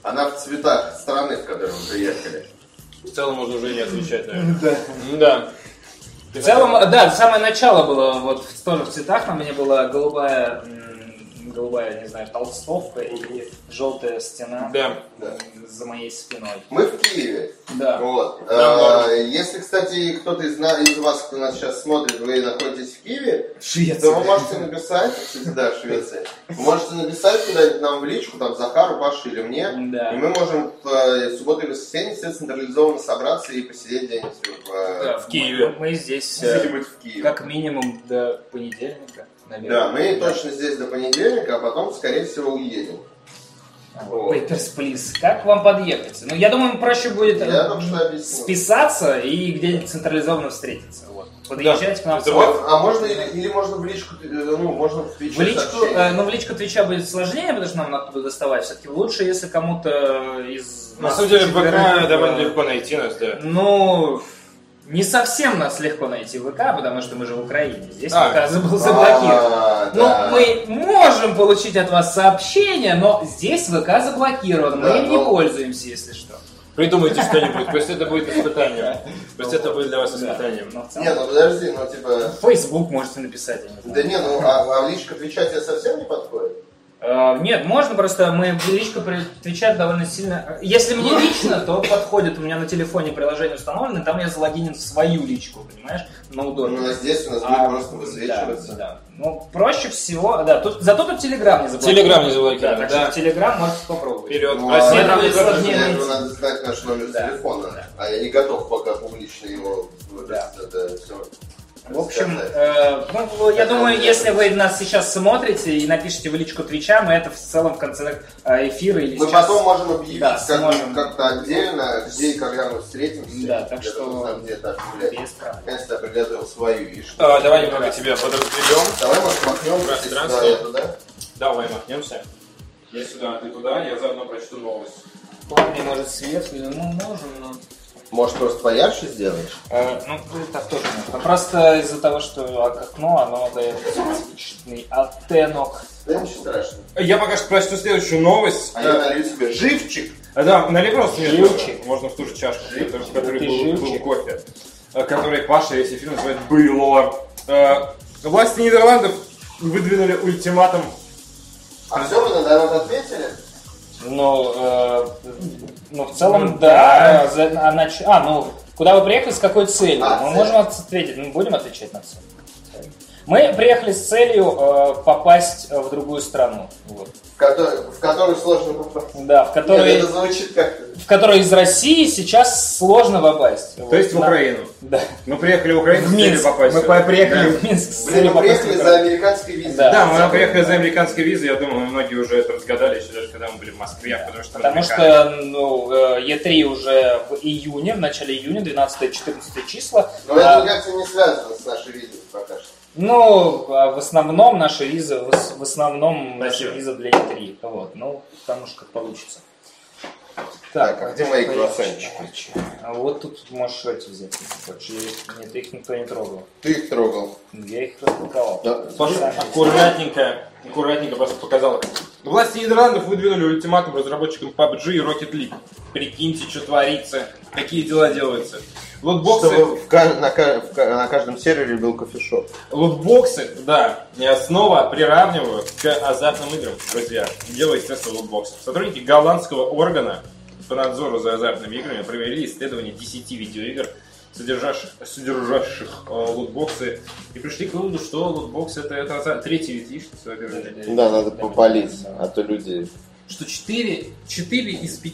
Она в цветах страны, в которой мы приехали. В целом можно уже не отвечать, наверное. Да. В целом, да, самое начало было вот тоже в цветах, на мне была голубая, не знаю, толстовка и желтая стена за моей спиной. Мы в Киеве. Да. Вот. Если, кстати, кто-то из вас, кто нас сейчас смотрит, вы находитесь в Киеве, то вы можете написать, кстати, да, в Швеции, вы можете написать куда-нибудь нам в личку, там, Захару, Паше или мне, да. И мы можем в субботу и воскресенье все централизованно собраться и посидеть где-нибудь в Киеве. Мы здесь в Киеве. Как минимум до понедельника, наверное. Да, мы точно здесь до понедельника, а потом, скорее всего, уедем. Papers, please. Как вам подъехать? Ну, я думаю, проще будет списаться и где-нибудь централизованно встретиться. Вот. Подъезжать к нам. А можно или можно в личку, можно в Твиче сообщение? В личку Твича будет сложнее, потому что нам надо туда доставать. Все-таки лучше, если кому-то из На самом деле, ВК довольно легко найти нас, да. Ну, не совсем нас легко найти в ВК, потому что мы же в Украине. Здесь ВК был заблокирован. Ну, мы можем получить от вас сообщение, но здесь ВК заблокирован. Мы им не пользуемся, если что. Придумайте что-нибудь, пусть это будет испытанием. Пусть это будет для вас испытанием. Не, ну подожди, ну типа... Facebook можете написать. Да не, ну а личка Твича тебе совсем не подходит? Нет, можно, просто мы личку Твича довольно сильно... Если мне лично, то подходит, у меня на телефоне приложение установлено, там я залогинен в свою личку, понимаешь, на удобно. Ну, а здесь у нас будет просто высвечиваться. Да. Ну, проще всего, да, зато тут Телеграм не заблокирован. Телеграм не заблокирован, да. Так что Телеграм можете попробовать. Вперед. Надо знать наш номер телефона, а я не готов пока публично его выразить, это все. В общем, я думаю, если вы нас сейчас смотрите и напишите в личку Твича, мы это в целом в конце эфира или мы сейчас... потом можем объявить как-то отдельно, где и когда мы встретимся. Да, так что... Наконец-то я приготовил свою вишню. Давай немного тебя подразделем. Давай, может, махнем пространство. Туда. Давай махнемся. Я сюда, ты туда, я заодно прочту новость. Вполне может светлый, ну можем, но... Может, просто поярче сделаешь? Ну, так тоже можно. Просто из-за того, что окно, оно дает специфичный оттенок. Да ничего страшного. Я пока что прочту следующую новость. А я налью себе живчик. Да, налей просто живчик. Можно в ту же чашку, в которой был кофе. Который Паша, весь эфир называет «Было». Власти Нидерландов выдвинули ультиматум. А все, мы на народ ответили? Ну, в целом, да. Куда вы приехали, с какой целью? Мы можем ответить, мы будем отвечать на цель. Мы приехали с целью попасть в другую страну. Вот. В которую сложно попасть. Да, в которой... Это звучит как-то... В которой из России сейчас сложно попасть. То есть в Украину? Да. Мы приехали в Украину в Минск. попасть. Мы приехали в Минск с целью мы приехали за американской визой. Да, мы приехали за американской визой. Я думаю, многие уже это разгадали, еще даже когда мы были в Москве. Потому что Е3 уже в июне, в начале июня, 12-14 числа. Но это как-то не связано с нашей визой пока что. Ну, в основном наша виза, наша виза для E3. Вот, ну, там уж как получится. Так, а где мои круассанчики? Вот тут можешь эти взять, если хочешь. Нет, их никто не трогал. Ты их трогал? Я их распаковал. Да. Паша, аккуратненько просто показал. Власти Нидерландов выдвинули ультиматум разработчикам PUBG и Rocket League. Прикиньте, что творится, какие дела делаются. Лутбоксы... Чтобы на каждом сервере был кофешоп. Лутбоксы, да, снова приравнивают к азартным играм, друзья. Дело, естественно, лутбоксов. Сотрудники голландского органа по надзору за азартными играми провели исследование 10 видеоигр, содержащих лутбоксы, и пришли к выводу, что лутбокс это третий вид яичницы, во-первых. Да, надо попалить, а то люди... Что 4 из 5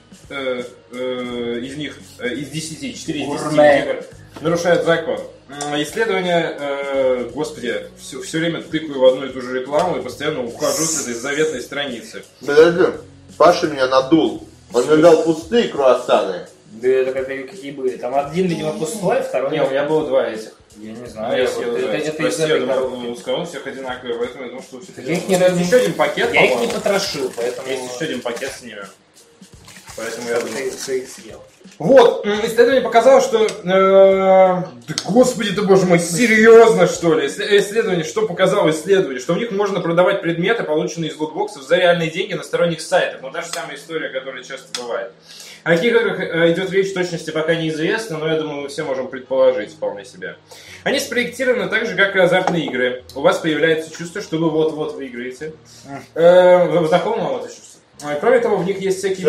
из них, из 10, 4 из 10 игр нарушают закон. Исследование, господи, все время тыкаю в одну и ту же рекламу и постоянно ухожу с этой заветной страницы. Подожди, Паша меня надул. Он мне дал пустые круассаны. Да это какие были? Там один, видимо, пустой, второй... Не, у меня было два этих. Я не знаю, я съел у сказал, у всех одинаковые, поэтому я думал, что у всех одинаковые. Еще один пакет, я их не потрошил, поэтому... Есть еще один пакет с ними. Поэтому я думаю... Ты съел. Вот, исследование показало, что... да господи ты, боже мой, серьезно, что ли? Исследование, что показало исследование? Что в них можно продавать предметы, полученные из лутбоксов, за реальные деньги на сторонних сайтах. Вот та же самая история, которая часто бывает. О каких играх идет речь, в точности пока неизвестно, но я думаю, мы все можем предположить вполне себе. Они спроектированы так же, как и азартные игры. У вас появляется чувство, что вы вот-вот выиграете. Вы знакомы вам это чувство? Кроме того, в них есть всякие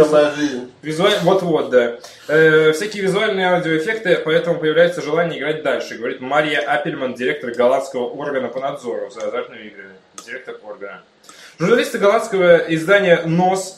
всякие визуальные аудиоэффекты, поэтому появляется желание играть дальше, говорит Мария Аппельман, директор голландского органа по надзору за азартными играми. Директор органа. Журналисты голландского издания НОС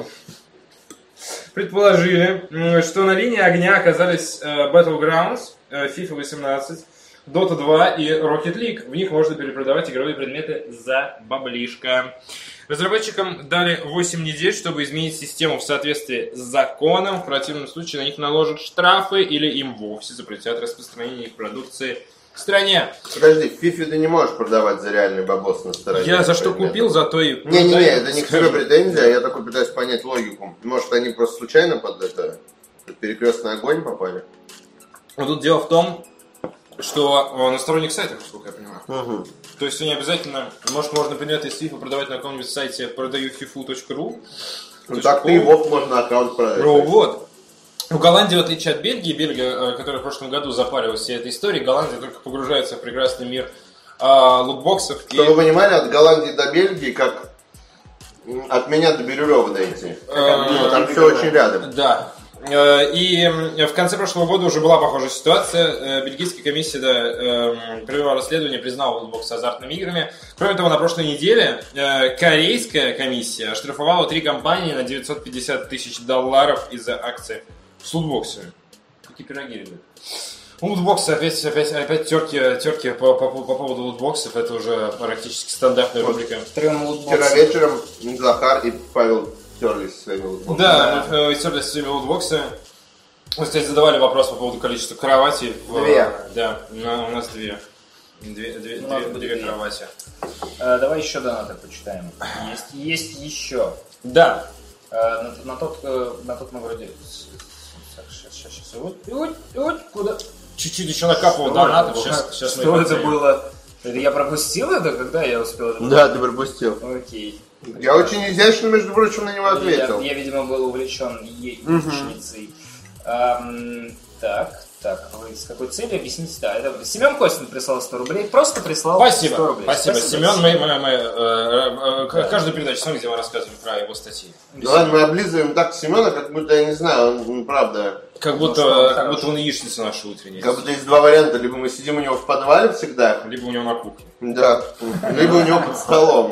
предположили, что на линии огня оказались Battlegrounds, FIFA 18, Dota 2 и Rocket League. В них можно перепродавать игровые предметы за баблишко. Разработчикам дали 8 недель, чтобы изменить систему в соответствии с законом. В противном случае на них наложат штрафы или им вовсе запретят распространение их продукции в стране. Подожди, в FIFA ты не можешь продавать за реальный бабос на стороне. Я за что купил, за то и... Не, это не к тебе претензия, я такой пытаюсь понять логику. Может, они просто случайно под это перекрестный огонь попали? Но тут дело в том, что на сторонних сайтах, насколько я понимаю. Угу. То есть не обязательно, может, можно предметы из FIFA продавать на каком-нибудь сайте продаюfifu.ru. Ну так ты его можно аккаунт продать. Вот. В Голландии, в отличие от Бельгия, которая в прошлом году запарилась всей этой историей, Голландия только погружается в прекрасный мир лутбоксов. Чтобы вы понимали, от Голландии до Бельгии, как от меня до Бирюлева дойти. Там все очень рядом. Да. И в конце прошлого года уже была похожая ситуация. Бельгийская комиссия провела расследование, признала лутбоксы азартными играми. Кроме того, на прошлой неделе корейская комиссия оштрафовала 3 компании на $950 тысяч из-за акций с лутбоксами. Какие пироги, ребят. Лутбоксы, опять терки по поводу лутбоксов, это уже практически стандартная рубрика. Вчера вечером Захар и Павел терлись своими лутбоксами. Да, мы терлись своими лутбоксами. Мы, кстати, задавали вопрос по поводу количества кроватей. Две. Да, у нас две. Две кровати. Давай еще донаты почитаем. Есть еще. Да. На тот мы вроде... Сейчас. Вот, куда? Чуть-чуть еще накапывал донатов. Сейчас что это было? Я пропустил это? Когда я успел это? Да, ты пропустил. Окей. Я очень изящно, между прочим, на него ответил. Я видимо, был увлечен яичницей. Так, вы с какой целью объясните? Да, это Семен Костин прислал 100 рублей. Просто прислал 100 рублей. Спасибо. Семен, мы каждую передачу, смотрите, мы рассказываем про его статьи. Да ладно, мы облизываем так Семена, как будто, я не знаю, он правда... Как будто он яичница наша утренняя. Как будто есть два варианта. Либо мы сидим у него в подвале всегда. Либо у него на кухне. Да. Либо у него под столом.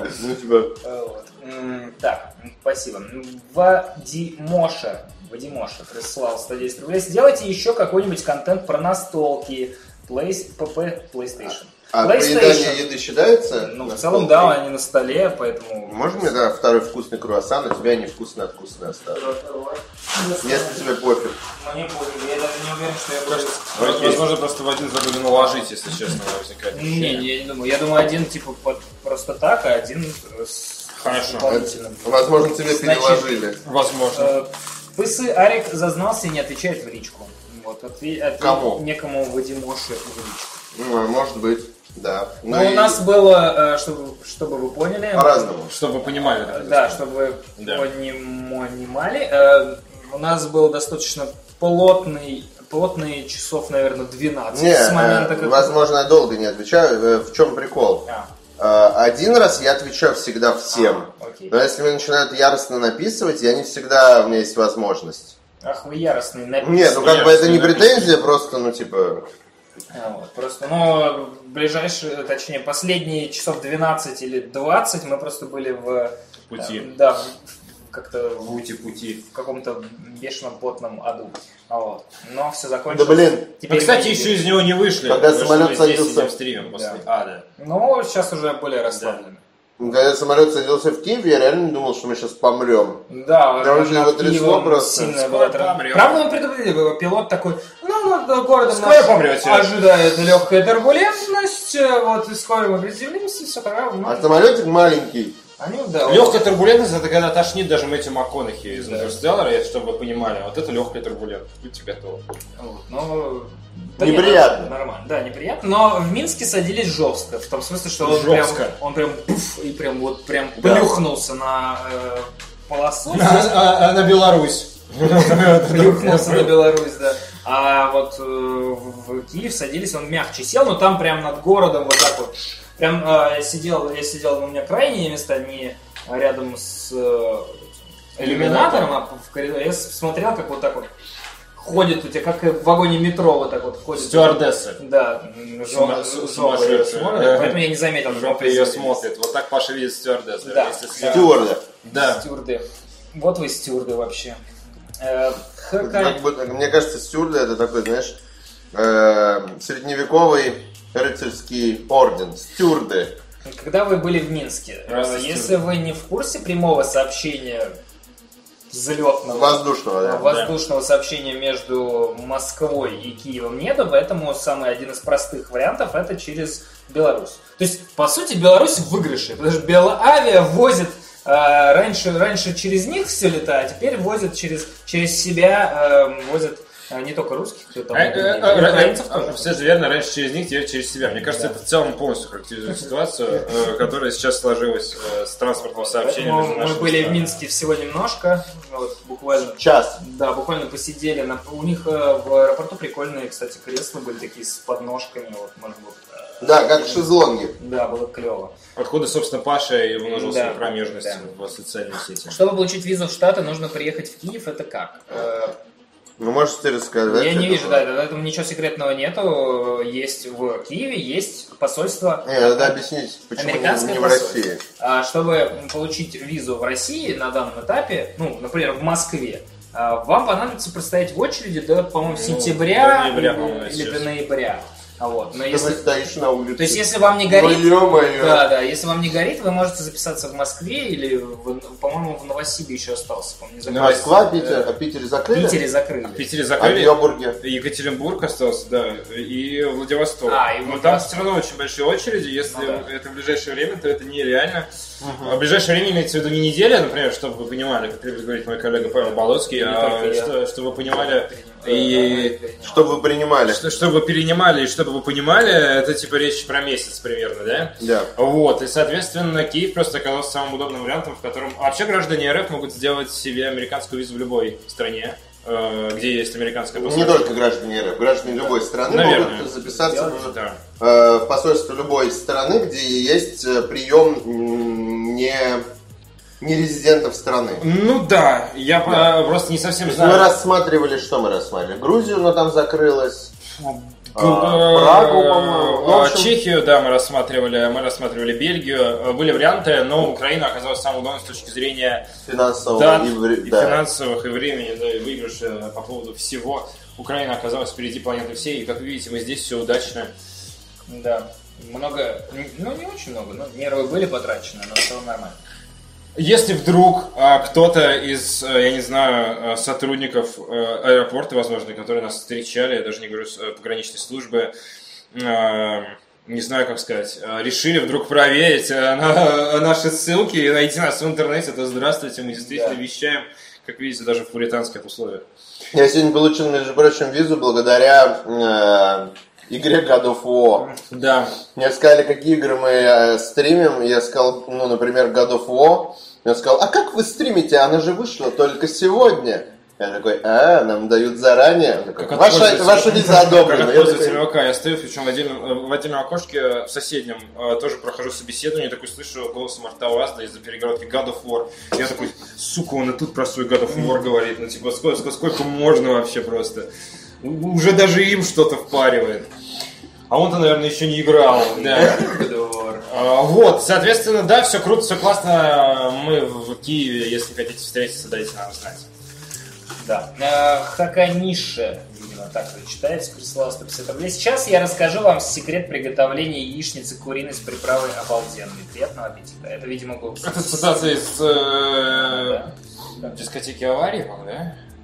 Так, спасибо. Вадимоша прислал 110 рублей. Сделайте еще какой-нибудь контент про настолки. PlayStation. А поедание еды считается? Ну, в целом, да, они на столе, поэтому... Можно мне, да, второй вкусный круассан, а тебя невкусный откусный оставить? Если тебе пофиг. Мне пофиг, я даже не уверен, что я буду... Возможно, просто в один забыли наложить, если честно, возникает. Не, я не думаю. Я думаю, один типа просто так, а один с... Хорошо. Возможно, тебе переложили. Возможно. Пысы Арик зазнался и не отвечает в личку. Вот, кому? Некому Вадимоше в личку. Может быть, да. Но у нас было, чтобы вы поняли... По-разному. Чтобы вы понимали. Да, чтобы вы понимали. У нас был достаточно плотный часов, наверное, 12 с момента, как... Возможно, я долго не отвечаю. В чем прикол? Один раз я отвечаю всегда всем. Но если мне начинают яростно написывать, я не всегда, у меня есть возможность. Ах, вы яростные написываете. Нет, ну как бы это не претензия, просто, ну типа... Просто, ну, ближайшие, точнее, последние часов 12 или 20 мы просто были в... Пути. Да, как-то... В пути. В каком-то бешеном плотном аду. Вот. Но все закончилось. Да блин. Мы, кстати, еще из него не вышли. Когда самолет садился... стримом после ада. Но сейчас уже более расслаблены. Когда самолет садился в Киев, я реально думал, что мы сейчас помрем. Да, потому что его трясло просто. Сильно было. Правда, он предупредил, пилот такой, над городом скоро помрете. Ожидает легкая турбулентность, вот, и скоро мы приземлимся, все правильно. А самолетик маленький, Легкая турбулентность — это когда тошнит даже Мэтью МакКонахи из Интерстеллара, чтобы вы понимали. Вот это легкая турбулентность. Будь тебе готовы. Неприятно. Нормально, да, неприятно. Но в Минске садились жестко. В том смысле, что он прям плюхнулся на полосу. На Беларусь. Плюхнулся на Беларусь, да. А вот в Киев садились, он мягче сел, но там прям над городом вот так вот. Прям я сидел, у меня крайние места, не рядом с иллюминатором, а в коридоре. Я смотрел, как вот так вот ходит у тебя, как в вагоне метро вот так вот ходит. Стюардессы. Да, сумасшедшие. Поэтому я не заметил. Жопа ее смотрит. Вот так Паша видит стюардессы. Да. Стюарды. Да. Стюарды. Вот вы стюарды вообще. Мне кажется, стюарды — это такой, знаешь, средневековый рыцарский орден. Стюарды. Когда вы были в Минске, если вы не в курсе прямого сообщения взлетного, воздушного сообщения между Москвой и Киевом нету, поэтому один из простых вариантов — это через Беларусь. То есть, по сути, Беларусь в выигрыше, потому что Белавиа возит раньше через них все летает, а теперь возят через себя, возят не только русских, кто там, украинцев тоже. Все же верно, раньше через них, теперь через себя. Мне кажется, это в целом полностью характеризует ситуацию, которая сейчас сложилась с транспортным сообщением. Мы были в Минске всего немножко, вот, буквально час. Да, буквально посидели. У них в аэропорту прикольные, кстати, кресла были такие с подножками, вот, можно было. Да, как шезлонги. Да, было клево. Откуда, собственно, Паша и умножился на промежность в социальной сети. Чтобы получить визу в Штаты, нужно приехать в Киев. Это как? Ну, можешь ты рассказать? Я не вижу, да, в этом ничего секретного нету. Есть в Киеве, есть посольство. Надо объяснить, почему не в России. Чтобы получить визу в России на данном этапе, ну, например, в Москве, вам понадобится простоять в очереди до, по-моему, сентября или до ноября. Вот. Но если стоишь на улице. То есть, если вам не горит, если вам не горит, вы можете записаться в Москве или, по-моему, в Новосибе еще остался. Москва, Питер, а Питере закрыли? Питере закрыли. А в Йобурге? Екатеринбург остался, да, и Владивосток. Но там все равно очень большие очереди, если это в ближайшее время, то это нереально. В ближайшее время имеется в виду не неделя, например, чтобы вы понимали, как любит говорить мой коллега Павел Болоцкий, чтобы вы понимали, чтобы вы принимали. Чтобы вы перенимали и чтобы вы понимали, это типа речь про месяц примерно, да? Да. Вот, и соответственно Киев просто оказался самым удобным вариантом, в котором вообще граждане РФ могут сделать себе американскую визу в любой стране, где есть американская посольство. Не только граждане РФ, граждане любой страны могут записаться в посольство любой страны, где есть прием не резидентов страны. Ну да, я просто не совсем знаю. Мы рассматривали, Грузию, но там закрылась. Прагу, по-моему. Чехию, да, мы рассматривали Бельгию. Были варианты, но Украина оказалась самым удобной с точки зрения финансовых и времени, да, и выигрыша по поводу всего. Украина оказалась впереди планеты всей, и, как вы видите, мы здесь все удачно. Да, много, ну не очень много, но нервы были потрачены, но все нормально. Если вдруг кто-то из, я не знаю, сотрудников аэропорта, возможно, которые нас встречали, я даже не говорю с пограничной службы, не знаю, как сказать, решили вдруг проверить наши ссылки и найти нас в интернете, то здравствуйте, мы действительно вещаем, как видите, даже в пуританских условиях. Я сегодня получил, между прочим, визу благодаря игре God of War. Да. Мне сказали, какие игры мы стримим. Я сказал, например, God of War. Я сказал, а как вы стримите? Она же вышла только сегодня. Я такой, нам дают заранее. Такой, ваша виза одобрена. Как пользователь ВК, я стою, причем в отдельном окошке, в соседнем, тоже прохожу собеседование, такой слышу голосом рта Уазда из-за перегородки God of War. Я такой, сука, он и тут про свой God of War говорит. Ну, типа, сколько можно вообще просто? Уже даже им что-то впаривает. А он-то, наверное, еще не играл. Да. Вот, соответственно, да, все круто, все классно. Мы в Киеве, если хотите встретиться, дайте нам знать. Да. Хаканиша, видимо, так это читается, прислала 150 рублей. Сейчас я расскажу вам секрет приготовления яичницы куриной с приправой обалденной. Приятного аппетита. Это, видимо, был... Это цитата из дискотеки «Аварии», да?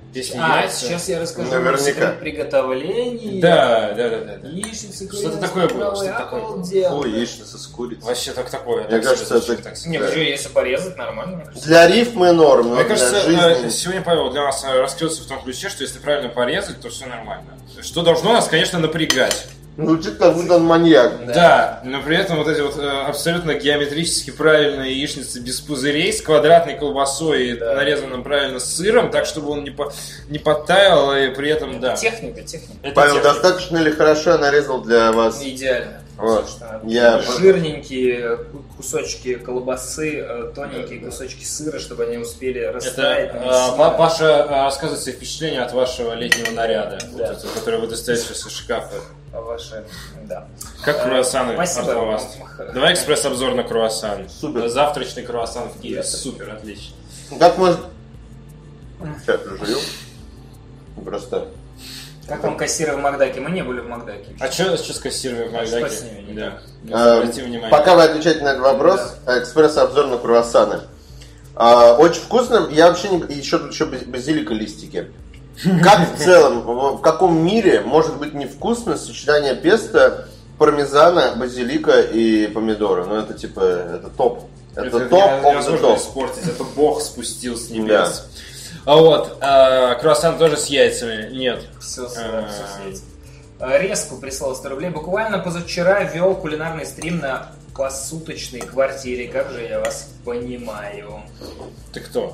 Песни яйца. Сейчас я расскажу Наверняка. секрет приготовления. Да. Яичницы, Что-то такое было, что-то такое. Ой, яичница с курицей. Вообще так такое. Мне кажется, это... Не, почему, если порезать, нормально, мне кажется. Для рифмы норм, но Мне для кажется, жизни... сегодня Павел для нас раскрылся в том ключе, что если правильно порезать, то все нормально. Что должно нас, конечно, напрягать. Звучит, как будто он маньяк. Да, но при этом вот эти вот абсолютно геометрически правильные яичницы без пузырей, с квадратной колбасой и нарезанным правильно сыром, так, чтобы он не подтаял, и при этом, да. Техника. Это Павел, техника. достаточно ли хорошо я нарезал для вас? Идеально. Вот. Собственно, Я- жирненькие кусочки колбасы, тоненькие кусочки сыра, чтобы они успели растаять. Это, Паша, рассказывает свои впечатления от вашего летнего наряда, Да. вот это, который вы достаете сейчас из шкафа. Ваши, да. Как круассаны Спасибо. от вас? Давай экспресс-обзор на круассан. Супер. Завтрачный круассан в Киеве. Супер, отлично. Как может... Сейчас прожую. Просто... Как вам кассиры в Макдаке? Мы не были в Макдаке. А что с кассирами в Макдаке? Что с ними не Да. Э, Обратите внимание. Пока вы отвечаете на этот вопрос, экспресс-обзор на круассаны. Очень вкусно. Я вообще не... Еще тут базилика листики. Как в целом, в каком мире может быть невкусно сочетание песто, пармезана, базилика и помидора? Ну это типа, это топ. Это топ of the невозможно топ. испортить. Это Бог спустил с небес. А вот, круассан тоже с яйцами? Нет. Все светит. Резку прислал 100 рублей. Буквально позавчера вел кулинарный стрим на посуточной квартире. Как же я вас понимаю. Ты кто?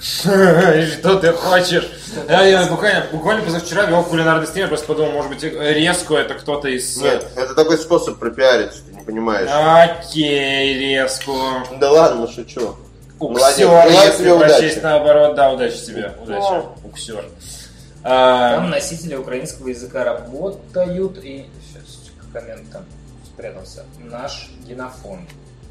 Что ты хочешь? Я буквально позавчера вел кулинарный стрим, я просто подумал, может быть, резку это кто-то из... Нет, это такой способ пропиариться, ты не понимаешь. Окей, резку. Да ладно, шучу. Уксер, Желаю если тебе удачи. прочесть наоборот, да, удачи тебе. Удачи. Уксер. Там носители украинского языка работают и... Сейчас, коммент там спрятался. Наш генофонд.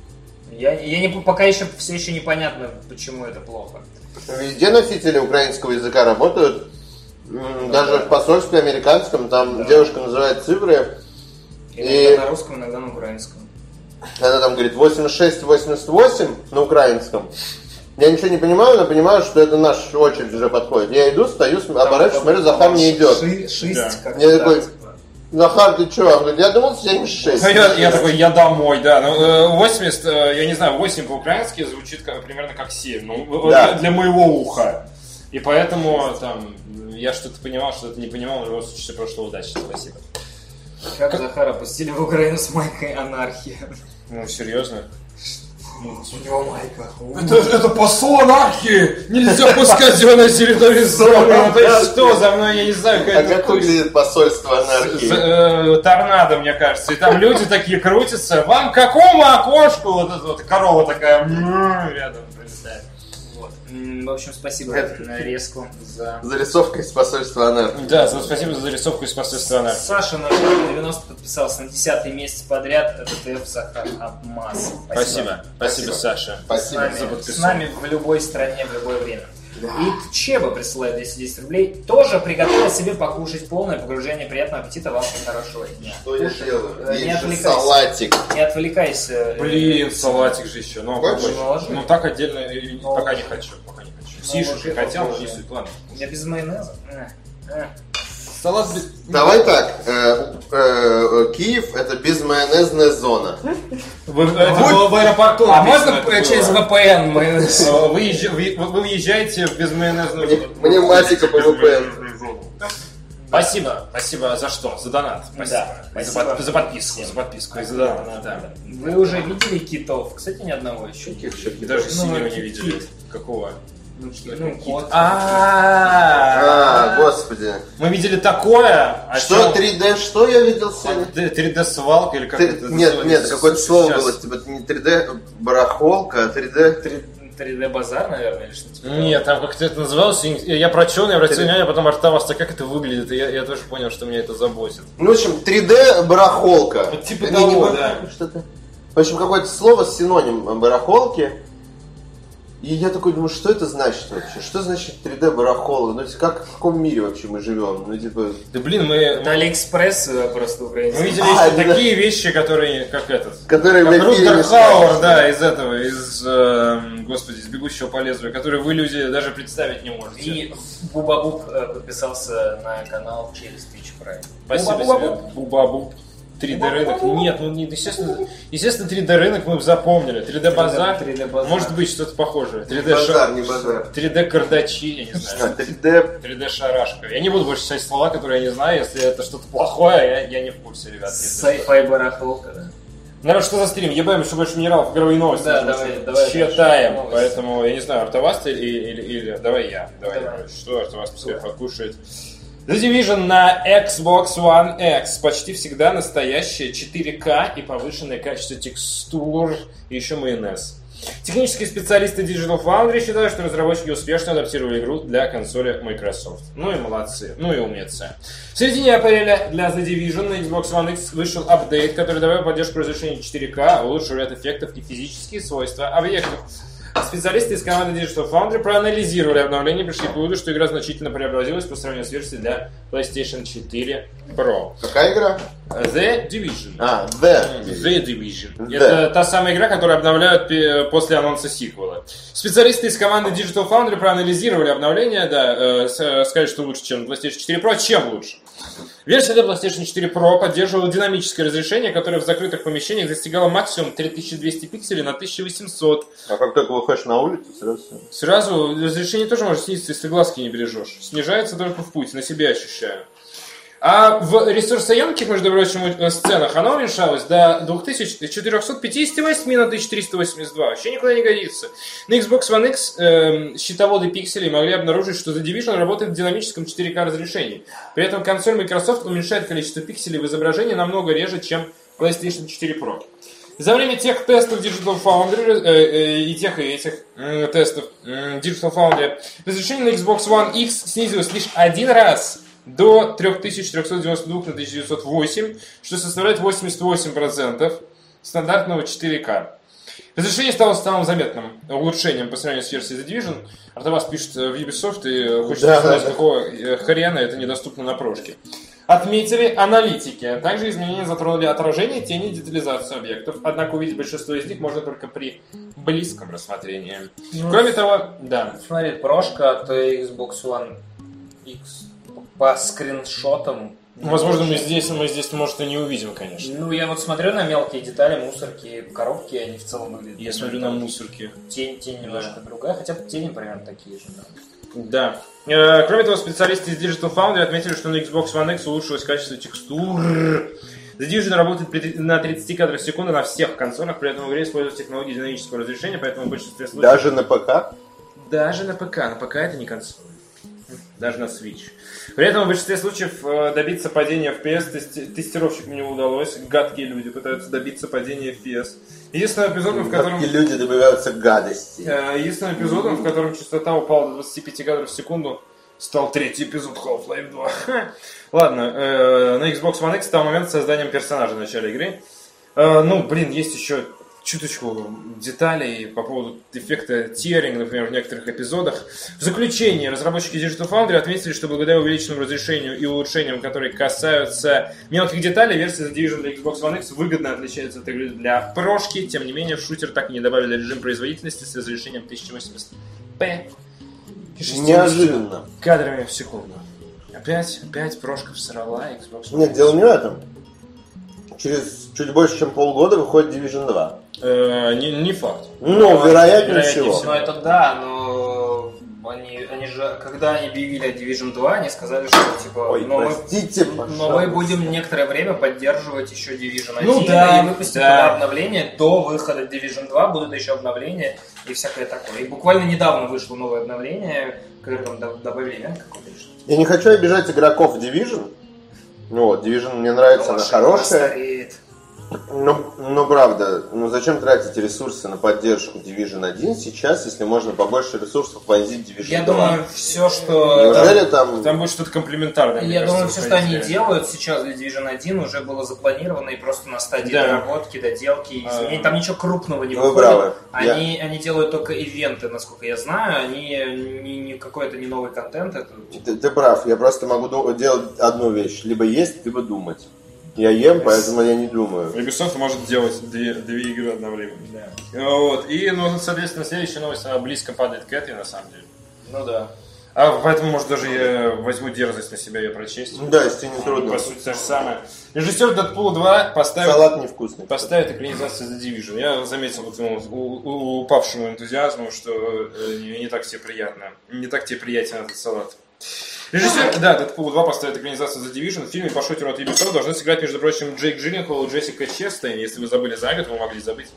Пока еще все еще непонятно, почему это плохо. Везде носители украинского языка работают. Даже в посольстве американском, там девушка называет цифры. Иногда на русском, иногда на украинском. Она там говорит 86-88 на украинском. Я ничего не понимаю, но понимаю, что это наша очередь уже подходит. Я иду, стою, оборачиваюсь, смотрю, Захар не идет. Шесть, как Я такой, Захар, ты что? Он говорит, я думал 76. Я такой, я домой, да. Ну, 80, я не знаю, 8 по-украински звучит примерно как 7. Ну, Да. для моего уха. И поэтому там я что-то понимал, что-то не понимал, в любом случае, все прошло удачно, спасибо. Как Захара пустили в Украину с майкой анархии. Ну, серьезно? У него майка. Это посол анархии! Нельзя пускать его на территорию зоны. То есть что, за мной, я не знаю, А как выглядит посольство анархии? Торнадо, мне кажется. И там люди такие крутятся. Вам к какому окошку? Вот эта вот корова такая рядом прилетает. Вот. В общем, спасибо на резку за... Зарисовка из посольства анархии. Да, спасибо за зарисовку из посольства анархии. Саша на 90 подписался на 10-й месяц подряд. ТТФ Захар Абмаз. Спасибо, Саша. Спасибо за С подписку. нами в любой стране, в любое время. И Чеба присылает 210 рублей. Тоже приготовил себе покушать. Полное погружение. Приятного аппетита вам и хорошего дня. Что я делаю? Не Есть же отвлекайся. салатик. Не отвлекайся. Блин, салатик же еще. Ну, Хочешь? попозже. Ну, так отдельно пока не хочу. Сишу, Ложи хотел, попозже. не суть, ладно. Я без майонеза. Салат без... Давай так. Киев это безмайонезная зона. Это было в аэропорту. А написано, можно это через было. VPN майонез? Вы въезжаете в безмайонезную... Мне Матика по VPN. Спасибо за что? За донат. Спасибо. Да, За спасибо. за подписку. За подписку. И за донат. Да. Вы уже видели китов? Кстати, ни одного еще. И даже синего не видели. Какого? Ну, кот. Господи. Мы видели такое. Что 3D? Что я видел сегодня? 3D-свалка или как это Нет, называется? какое-то слово Сейчас. было, типа не 3D барахолка, а 3D. 3D базар, наверное, или что-то типа. Нет, там как-то это называлось. Я прочел, я обратил внимание, потом артовался, как это выглядит. И я тоже понял, что меня это заботит. Ну, в общем, 3D барахолка. Вот типа Не того, барахолка, да. что-то. В общем, какое-то слово с синоним барахолки. И я такой думаю, что это значит вообще? Что значит 3D-барахолы? Ну, как, в каком мире вообще мы живем? Ну, типа... Да блин, Это Алиэкспресс просто украинский. Мы видели еще такие вещи, которые, как этот... Которые как Рутгер Хауэр, да, из «Бегущего по лезвию», которые вы, люди, даже представить не можете. И Бубабуб подписался на канал через Twitch Prime. Спасибо тебе, Бубабуб. 3D-рынок. Нет, ну естественно 3D-рынок мы запомнили. 3D-базар. Может быть что-то похожее. 3D-базар, не базар. 3D-кардачи, я не знаю. 3D-шарашка. Я не буду больше писать слова, которые я не знаю. Если это что-то плохое, я не в курсе, ребят. Sci-fi барахолка, да. Народ, что за стрим? Ебаем еще больше минералов, игровые новости. Да, давай. Читаем. Поэтому, я не знаю, Артаваст или... Давай я. Что Артаваст пускай покушает. The Division на Xbox One X почти всегда настоящее 4К и повышенное качество текстур и еще майонез. Технические специалисты Digital Foundry считают, что разработчики успешно адаптировали игру для консоли Microsoft. Ну и молодцы, ну и умницы. В середине апреля для The Division на Xbox One X вышел апдейт, который добавил поддержку разрешения 4К, улучшил ряд эффектов и физические свойства объектов. Специалисты из команды Digital Foundry проанализировали обновление и пришли к выводу, что игра значительно преобразилась по сравнению с версией для PlayStation 4 Pro. Какая игра? The Division. The Division. Это та самая игра, которую обновляют после анонса сиквела. Специалисты из команды Digital Foundry проанализировали обновление, да, сказали, что лучше, чем PlayStation 4 Pro. Чем лучше? Версия для PlayStation 4 Pro поддерживала динамическое разрешение, которое в закрытых помещениях достигало максимум 3200 пикселей на 1800. А как только выходишь на улицу, сразу разрешение тоже может снизиться, если глазки не бережешь. Снижается только в путь, на себе ощущаю. А в ресурсоемких, между прочим, сценах оно уменьшалось до 2458 на 1382. Вообще никуда не годится. На Xbox One X счетоводы пикселей могли обнаружить, что The Division работает в динамическом 4К разрешении. При этом консоль Microsoft уменьшает количество пикселей в изображении намного реже, чем PlayStation 4 Pro. За время тех тестов Digital Foundry и этих тестов Digital Foundry разрешение на Xbox One X снизилось лишь один раз до 3392 на 1908, что составляет 88% стандартного 4К. Разрешение стало самым заметным улучшением по сравнению с версией The Division. Артавас пишет в Ubisoft и хочет узнать, какого хрена это недоступно на прошке. Отметили аналитики. Также изменения затронули отражение, тени и детализацию объектов. Однако увидеть большинство из них можно только при близком рассмотрении. Кроме того, да. Смотри, прошка от Xbox One X по скриншотам. Возможно, мы здесь, может, и не увидим, конечно. Ну, я вот смотрю на мелкие детали, мусорки, коробки, они в целом выглядят. Я смотрю на мусорки. Тень немножко другая, хотя бы тени примерно такие же. Да. Кроме того, специалисты из Digital Foundry отметили, что на Xbox One X улучшилось качество текстур. The Division работает на 30 кадрах в секунду на всех консолях, при этом в игре используют технологии динамического разрешения, поэтому в большинстве случаев... Даже на ПК? Даже на ПК. На ПК это не консоль. Даже на Switch. При этом в большинстве случаев добиться падения FPS тестировщикам не удалось. Гадкие люди пытаются добиться падения FPS. Единственным эпизодом, в котором... Гадкие люди добиваются гадости. Единственным эпизодом, в котором частота упала до 25 кадров в секунду, стал третий эпизод Half-Life 2. Ладно, на Xbox One X стал момент с созданием персонажа в начале игры. Есть еще чуточку деталей по поводу эффекта тиеринга, например, в некоторых эпизодах. В заключение, разработчики Digital Foundry отметили, что благодаря увеличенному разрешению и улучшениям, которые касаются мелких деталей, версия The Division для Xbox One X выгодно отличается от игры для прошки. Тем не менее, в шутер так и не добавили режим производительности с разрешением 1080p. Неожиданно. Кадрами в секунду. Опять прошка всрала Xbox One X. Нет, дело не в этом. Через чуть больше, чем полгода выходит Division 2. Не факт. Вероятнее всего. Ну, это да, но они же, когда они объявили Division 2, они сказали, что типа, мы будем некоторое время поддерживать еще Division 1 и выпустим обновление до выхода Division 2, будут еще обновления и всякое такое. И буквально недавно вышло новое обновление, которое там добавили какое-то. Я не хочу обижать игроков Division. Division мне нравится, она хорошая. Ну, правда, зачем тратить ресурсы на поддержку Division 1 сейчас, если можно побольше ресурсов вонзить в Division 2? Я думаю, все, что... Неужели там... Там будет что-то комплементарное. Я думаю, все, что они делают сейчас для Division 1, уже было запланировано и просто на стадии доработки, доделки, изменений. Там ничего крупного не выходит. Они делают только ивенты, насколько я знаю. Они не какой-то не новый контент. Это... Ты прав, я просто могу делать одну вещь. Либо есть, либо думать. Я ем, поэтому я не думаю. Ubisoft может делать две игры одновременно. Да. Вот. И, соответственно, следующая новость, она близко падает к этой, на самом деле. Ну да. Поэтому, может, даже я возьму дерзость на себя ее прочесть. Да, если тебе не трудно. По сути, то же самое. Режиссер Дэдпула 2 Салат невкусный. поставит экранизацию The Division. Я заметил по твоему упавшему энтузиазму, что не так тебе приятно. Не так тебе приятен этот салат. Режиссер, Дэдпул 2 поставит экранизацию The Division. В фильме по шутеру от Ubisoft должны сыграть, между прочим, Джейк Джилленхол и Джессика Честейн. Если вы забыли за год, вы могли забыть.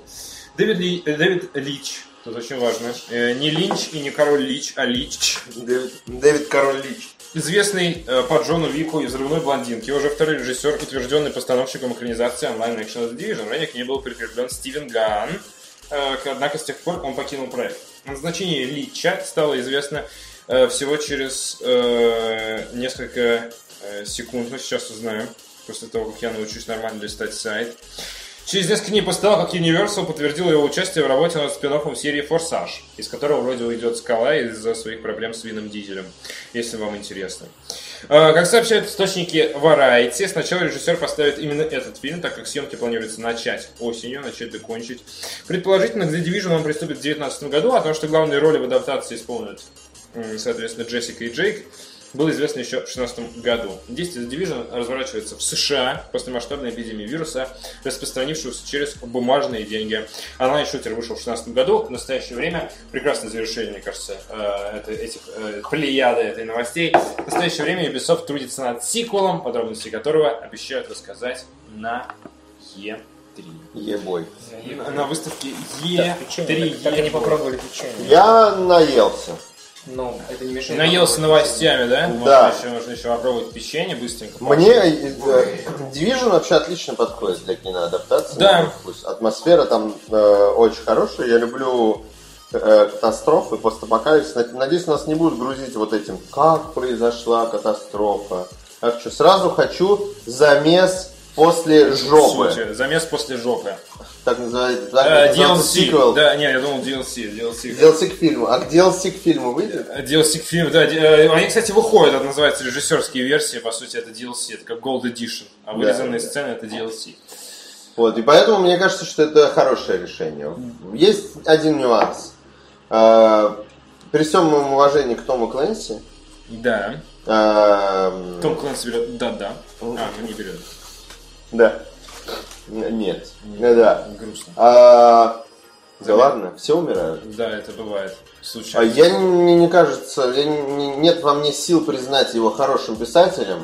Дэвид Лич. Тут очень важно. Не Линч и не Король Лич, а Лич. Дэвид Король Лич. Известный по Джону Вику и «Взрывной блондинке». Уже второй режиссер, утвержденный постановщиком экранизации онлайн-экшена The Division. Ранее к ней был прикреплен Стивен Ганн. Однако с тех пор он покинул проект. Назначение Лича стало известно всего через несколько секунд, сейчас узнаем, после того, как я научусь нормально листать сайт. Через несколько дней после того, как Universal подтвердил его участие в работе над спин-оффом серии «Форсаж», из которого вроде уйдет Скала из-за своих проблем с Вином Дизелем, если вам интересно. Как сообщают источники Variety, сначала режиссер поставит именно этот фильм, так как съемки планируется начать осенью, докончить. Предположительно, к The Division он приступит в 2019 году, а то, что главные роли в адаптации исполнят, соответственно, Джессика и Джейк, было известно еще в 2016 году. Действие The Division разворачивается в США после масштабной эпидемии вируса, распространившегося через бумажные деньги. Онлайн-шутер вышел в 2016 году. В настоящее время, прекрасное завершение, мне кажется, этих плеяды этой новостей. В настоящее время Ubisoft трудится над сиквелом, подробности которого обещают рассказать на E3. Ебой. На выставке E3. Так они попробовали печенье. Я наелся. Ну, это не мешает. Наелся новостями, да? Да. Можно еще попробовать печенье быстренько. Мне Division вообще отлично подходит для киноадаптации. Да. Атмосфера там очень хорошая. Я люблю катастрофы, постапокалипсис. Надеюсь, нас не будут грузить вот этим, как произошла катастрофа. Так что сразу хочу замес после жопы. Замес после жопы. Так называется. DLC. Да, нет, я думал DLC. DLC к фильму. А к DLC к фильму выйдет? DLC к фильму, да. Они, кстати, выходят, это называется режиссерские версии, по сути, это DLC, это как Gold Edition. А вырезанные сцены это DLC. Вот, и поэтому мне кажется, что это хорошее решение. Есть один нюанс. При всем моем уважении к Тому Клэнси. Да. Том Клэнси берет. Да. Не берет. Да. Нет. Да. Грустно. Да ладно, все умирают. Да, это бывает. Случайно. Не кажется, нет во мне сил признать его хорошим писателем.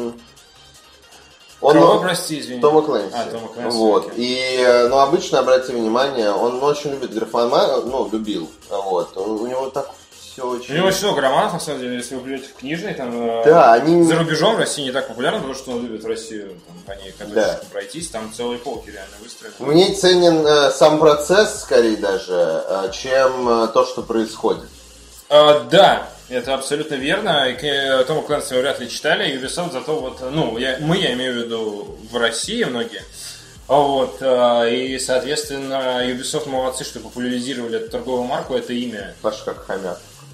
Кого, прости, извини? Тома Клэнси. Тома Клэнси. Вот. И, обычно, обрати внимание, он очень любит графоманию, любил. Вот. У него так все очень... У него очень много романов, на самом деле, если вы придете в книжный, там, да, они... за рубежом в России не так популярно, потому что он любит в Россию там, по ней каточкам пройтись, там целые полки реально выстроены. Мне ценен сам процесс, скорее даже, чем то, что происходит. Да, это абсолютно верно. И Тома Клэнси вряд ли читали, и Ubisoft зато вот, я имею в виду в России многие. Вот, и, соответственно, Ubisoft молодцы, что популяризировали эту торговую марку, это имя. Паша как хомяк.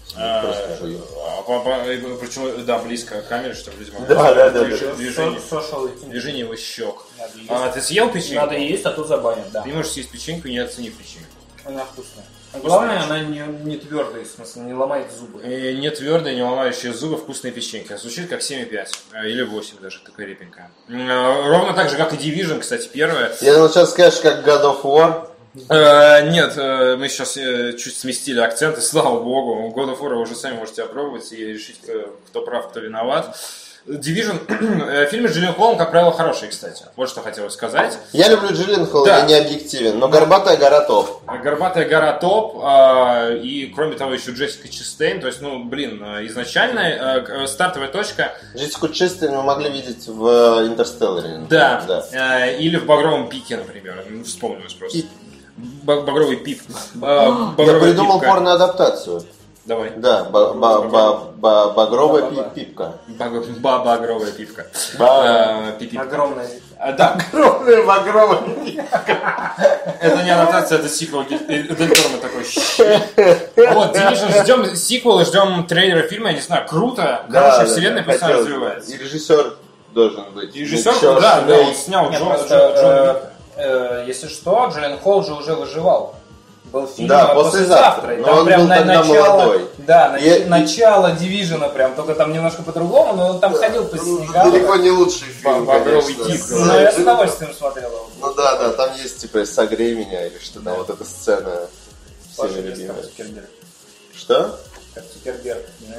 Причем, да, близко к камере, чтобы люди могли движение его щек. Ты съел печеньку? Надо есть, а то забанят, да. Ты можешь съесть печеньку, не оценив печеньку. Она вкусная. Главное, она не твердая, в смысле, не ломает зубы. Не твердая, не ломающая зубы, вкусная печенька. Звучит как 7,5 или 8 даже, такая репенькая. Ровно так же, как и Division, кстати, первая. Я думал, сейчас скажешь, как God of War. Нет, мы сейчас чуть сместили акценты, слава богу. God of War вы уже сами можете опробовать и решить, кто прав, кто виноват. Division, фильмы с Джилленхолом, как правило, хорошие, кстати. Вот что хотел сказать. Я люблю Джилленхола, Да. я не объективен, но «Горбатая гора» топ. «Горбатая гора» топ, и кроме того еще Джессика Честейн, то есть, изначально стартовая точка... Джессику Честейн мы могли видеть в «Интерстелларе». Да. Или в «Багровом пике», например, вспомнилось просто. Багровый пип. Я придумал порно-адаптацию. Давай. Да, багровая пипка. Багровая пипка. Огромная. Да. Багровая пипка. Это не адаптация, это сиквел. Дель Торо такой. Вот, Division, ждем сиквел, ждем трейлера фильма, я не знаю, круто. Хорошая вселенная пусть она развивается. И режиссер должен быть. Режиссер, да, он снял Джон. Если что, Джилленхол же уже выживал. Был фильм «Послезавтра». И Но там он прям был тогда молодой. Да, начало Дивижена прям, только там немножко по-другому, но он там ходил по снегам. Далеко не лучший фильм, «Багровый конечно. тип». Ну, я с удовольствием смотрел его. Ну да, там есть типа «Согрей меня» или что там, вот эта сцена всеми Паша, любимая. как Цукерберг. Что? Как Цукерберг, знаешь?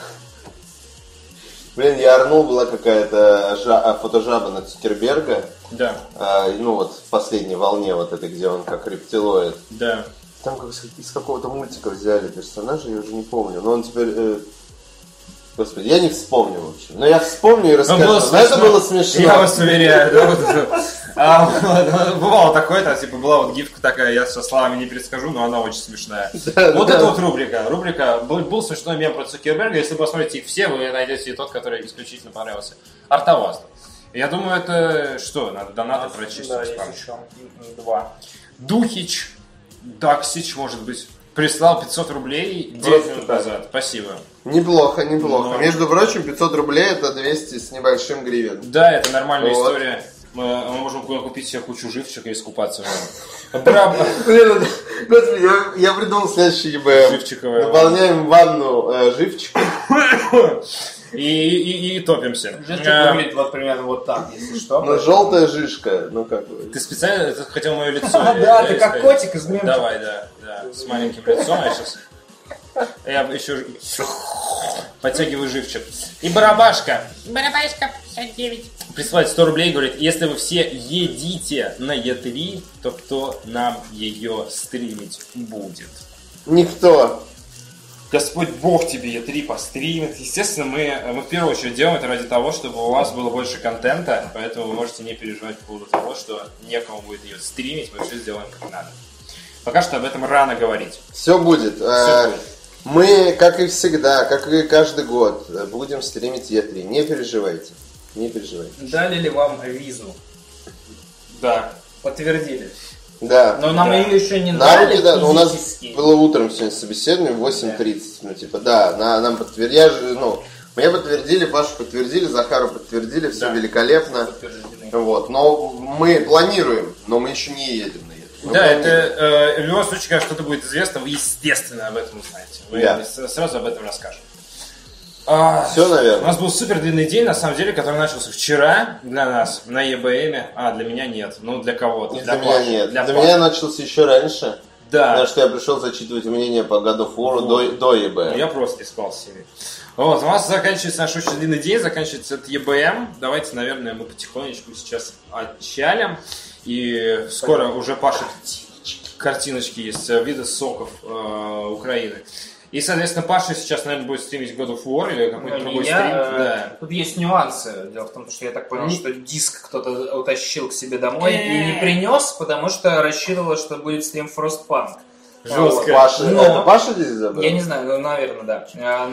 Блин, я орнул, была какая-то фотожаба на Цукерберга. Да. В последней волне вот этой, где он как рептилоид. Да. Там как из какого-то мультика взяли персонажа, я уже не помню. Но он теперь... Господи, я не вспомню, в общем. Но я вспомню и расскажу. Но это было смешно. Я вас уверяю, да, бывало такое, была вот гифка такая, я со словами не перескажу, но она очень смешная. Вот это вот рубрика. Был смешной мем про Цукерберга, если вы посмотрите их все, вы найдете и тот, который исключительно понравился. Артоваст. Я думаю, это что, надо донаты прочесть. Да, есть еще 2. Духич, Даксич, может быть, прислал 500 рублей 9 минут назад. Спасибо. Неплохо. Между прочим, 500 рублей это 200 с небольшим гривен. Да, это нормальная история. Мы можем купить себе кучу живчика и искупаться в нем. Блин, господи, я придумал следующий ЕБМ. Живчиковая. Наполняем ванну живчиком. И топимся. Живчик выглядит вот примерно вот так, если что. Ну, желтая жишка, как бы. Ты специально хотел мое лицо? Да, ты как котик из мемчика. Давай, да, с маленьким лицом. Я еще подтягиваю живчик. И Барабашка 59 присылает 100 рублей, говорит, если вы все едите на Е3, то кто нам ее стримить будет? Никто. Господь Бог тебе Е3 постримит. Естественно, мы в первую очередь делаем это ради того, чтобы у вас было больше контента, поэтому вы можете не переживать по поводу того, что некому будет ее стримить, мы все сделаем как надо. Пока что об этом рано говорить. Все будет. Мы, как и всегда, как и каждый год, будем стримить Е3. Не переживайте. Дали ли вам визу? Да. Подтвердили. Да. Но нам ее еще не на дали. руки, да. У нас физически. было утром сегодня собеседование в 8:30. Нам подтвердили. Мне подтвердили, Пашу подтвердили, Захару подтвердили, все великолепно. Вот. Но мы планируем, но мы еще не едем на это. Да, это в любом случае, когда что-то будет известно, вы, естественно, об этом узнаете. Мы сразу об этом расскажем. Все, наверное. У нас был супер длинный день, на самом деле, который начался вчера для нас на ЕБМе. Для меня нет. Ну, для кого-то. Для меня нет. Для меня начался еще раньше. Да. Потому что я пришел зачитывать мнение по God of War до ЕБМ. Я просто не спал с ними. Вот, у нас заканчивается наш очень длинный день, заканчивается этот ЕБМ. Давайте, наверное, мы потихонечку сейчас отчалим. И скоро уже Паша картиночки есть, виды соков Украины. И, соответственно, Паша сейчас, наверное, будет стримить God of War или какой-то другой стрим. Да. Тут есть нюансы. Дело в том, что я так понял, что диск кто-то утащил к себе домой и не принес, потому что рассчитывал, что будет стрим Frostpunk. Жестко. Паша, это Паша здесь забыл? Я не знаю, наверное, да.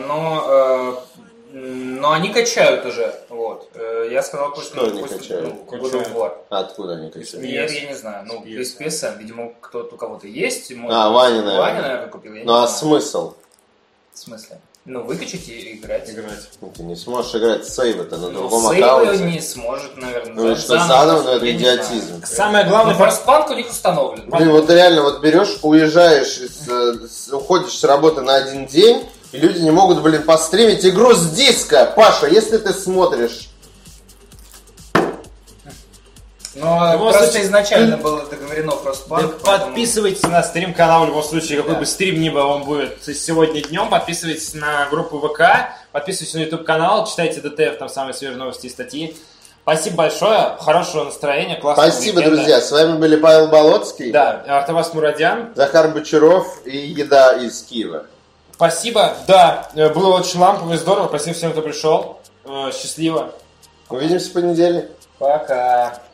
Но они качают уже. Вот. Я сказал, что они качают? God of War. Откуда они качают? Я не знаю. Из PSN. Видимо, у кого-то есть. Ваня, наверное, купил. Ну, смысл? В смысле? Выкачать и играть. Ты не сможешь играть сейв-то на другом аккаунте. Сейв не сможет, наверное. Ну, что заново, но это идиотизм. Самое главное, Frostpunk у них установлен. Блин, вот реально, берешь, уезжаешь, уходишь с работы на один день, и люди не могут, постримить игру с диска. Паша, если ты смотришь... Но просто изначально было договорено Frostpunk. Подписывайтесь на стрим-канал в любом случае, какой бы стрим ни был, он будет сегодня днем. Подписывайтесь на группу ВК, подписывайтесь на YouTube-канал, читайте ДТФ, там самые свежие новости и статьи. Спасибо большое, хорошего настроения, классного Спасибо, уикенда. друзья. С вами были Павел Болоцкий, Артавас Мурадян, Захар Бочаров и еда из Киева. Спасибо, да, было очень лампово и здорово. Спасибо всем, кто пришел. Счастливо. Увидимся в понедельник. Пока.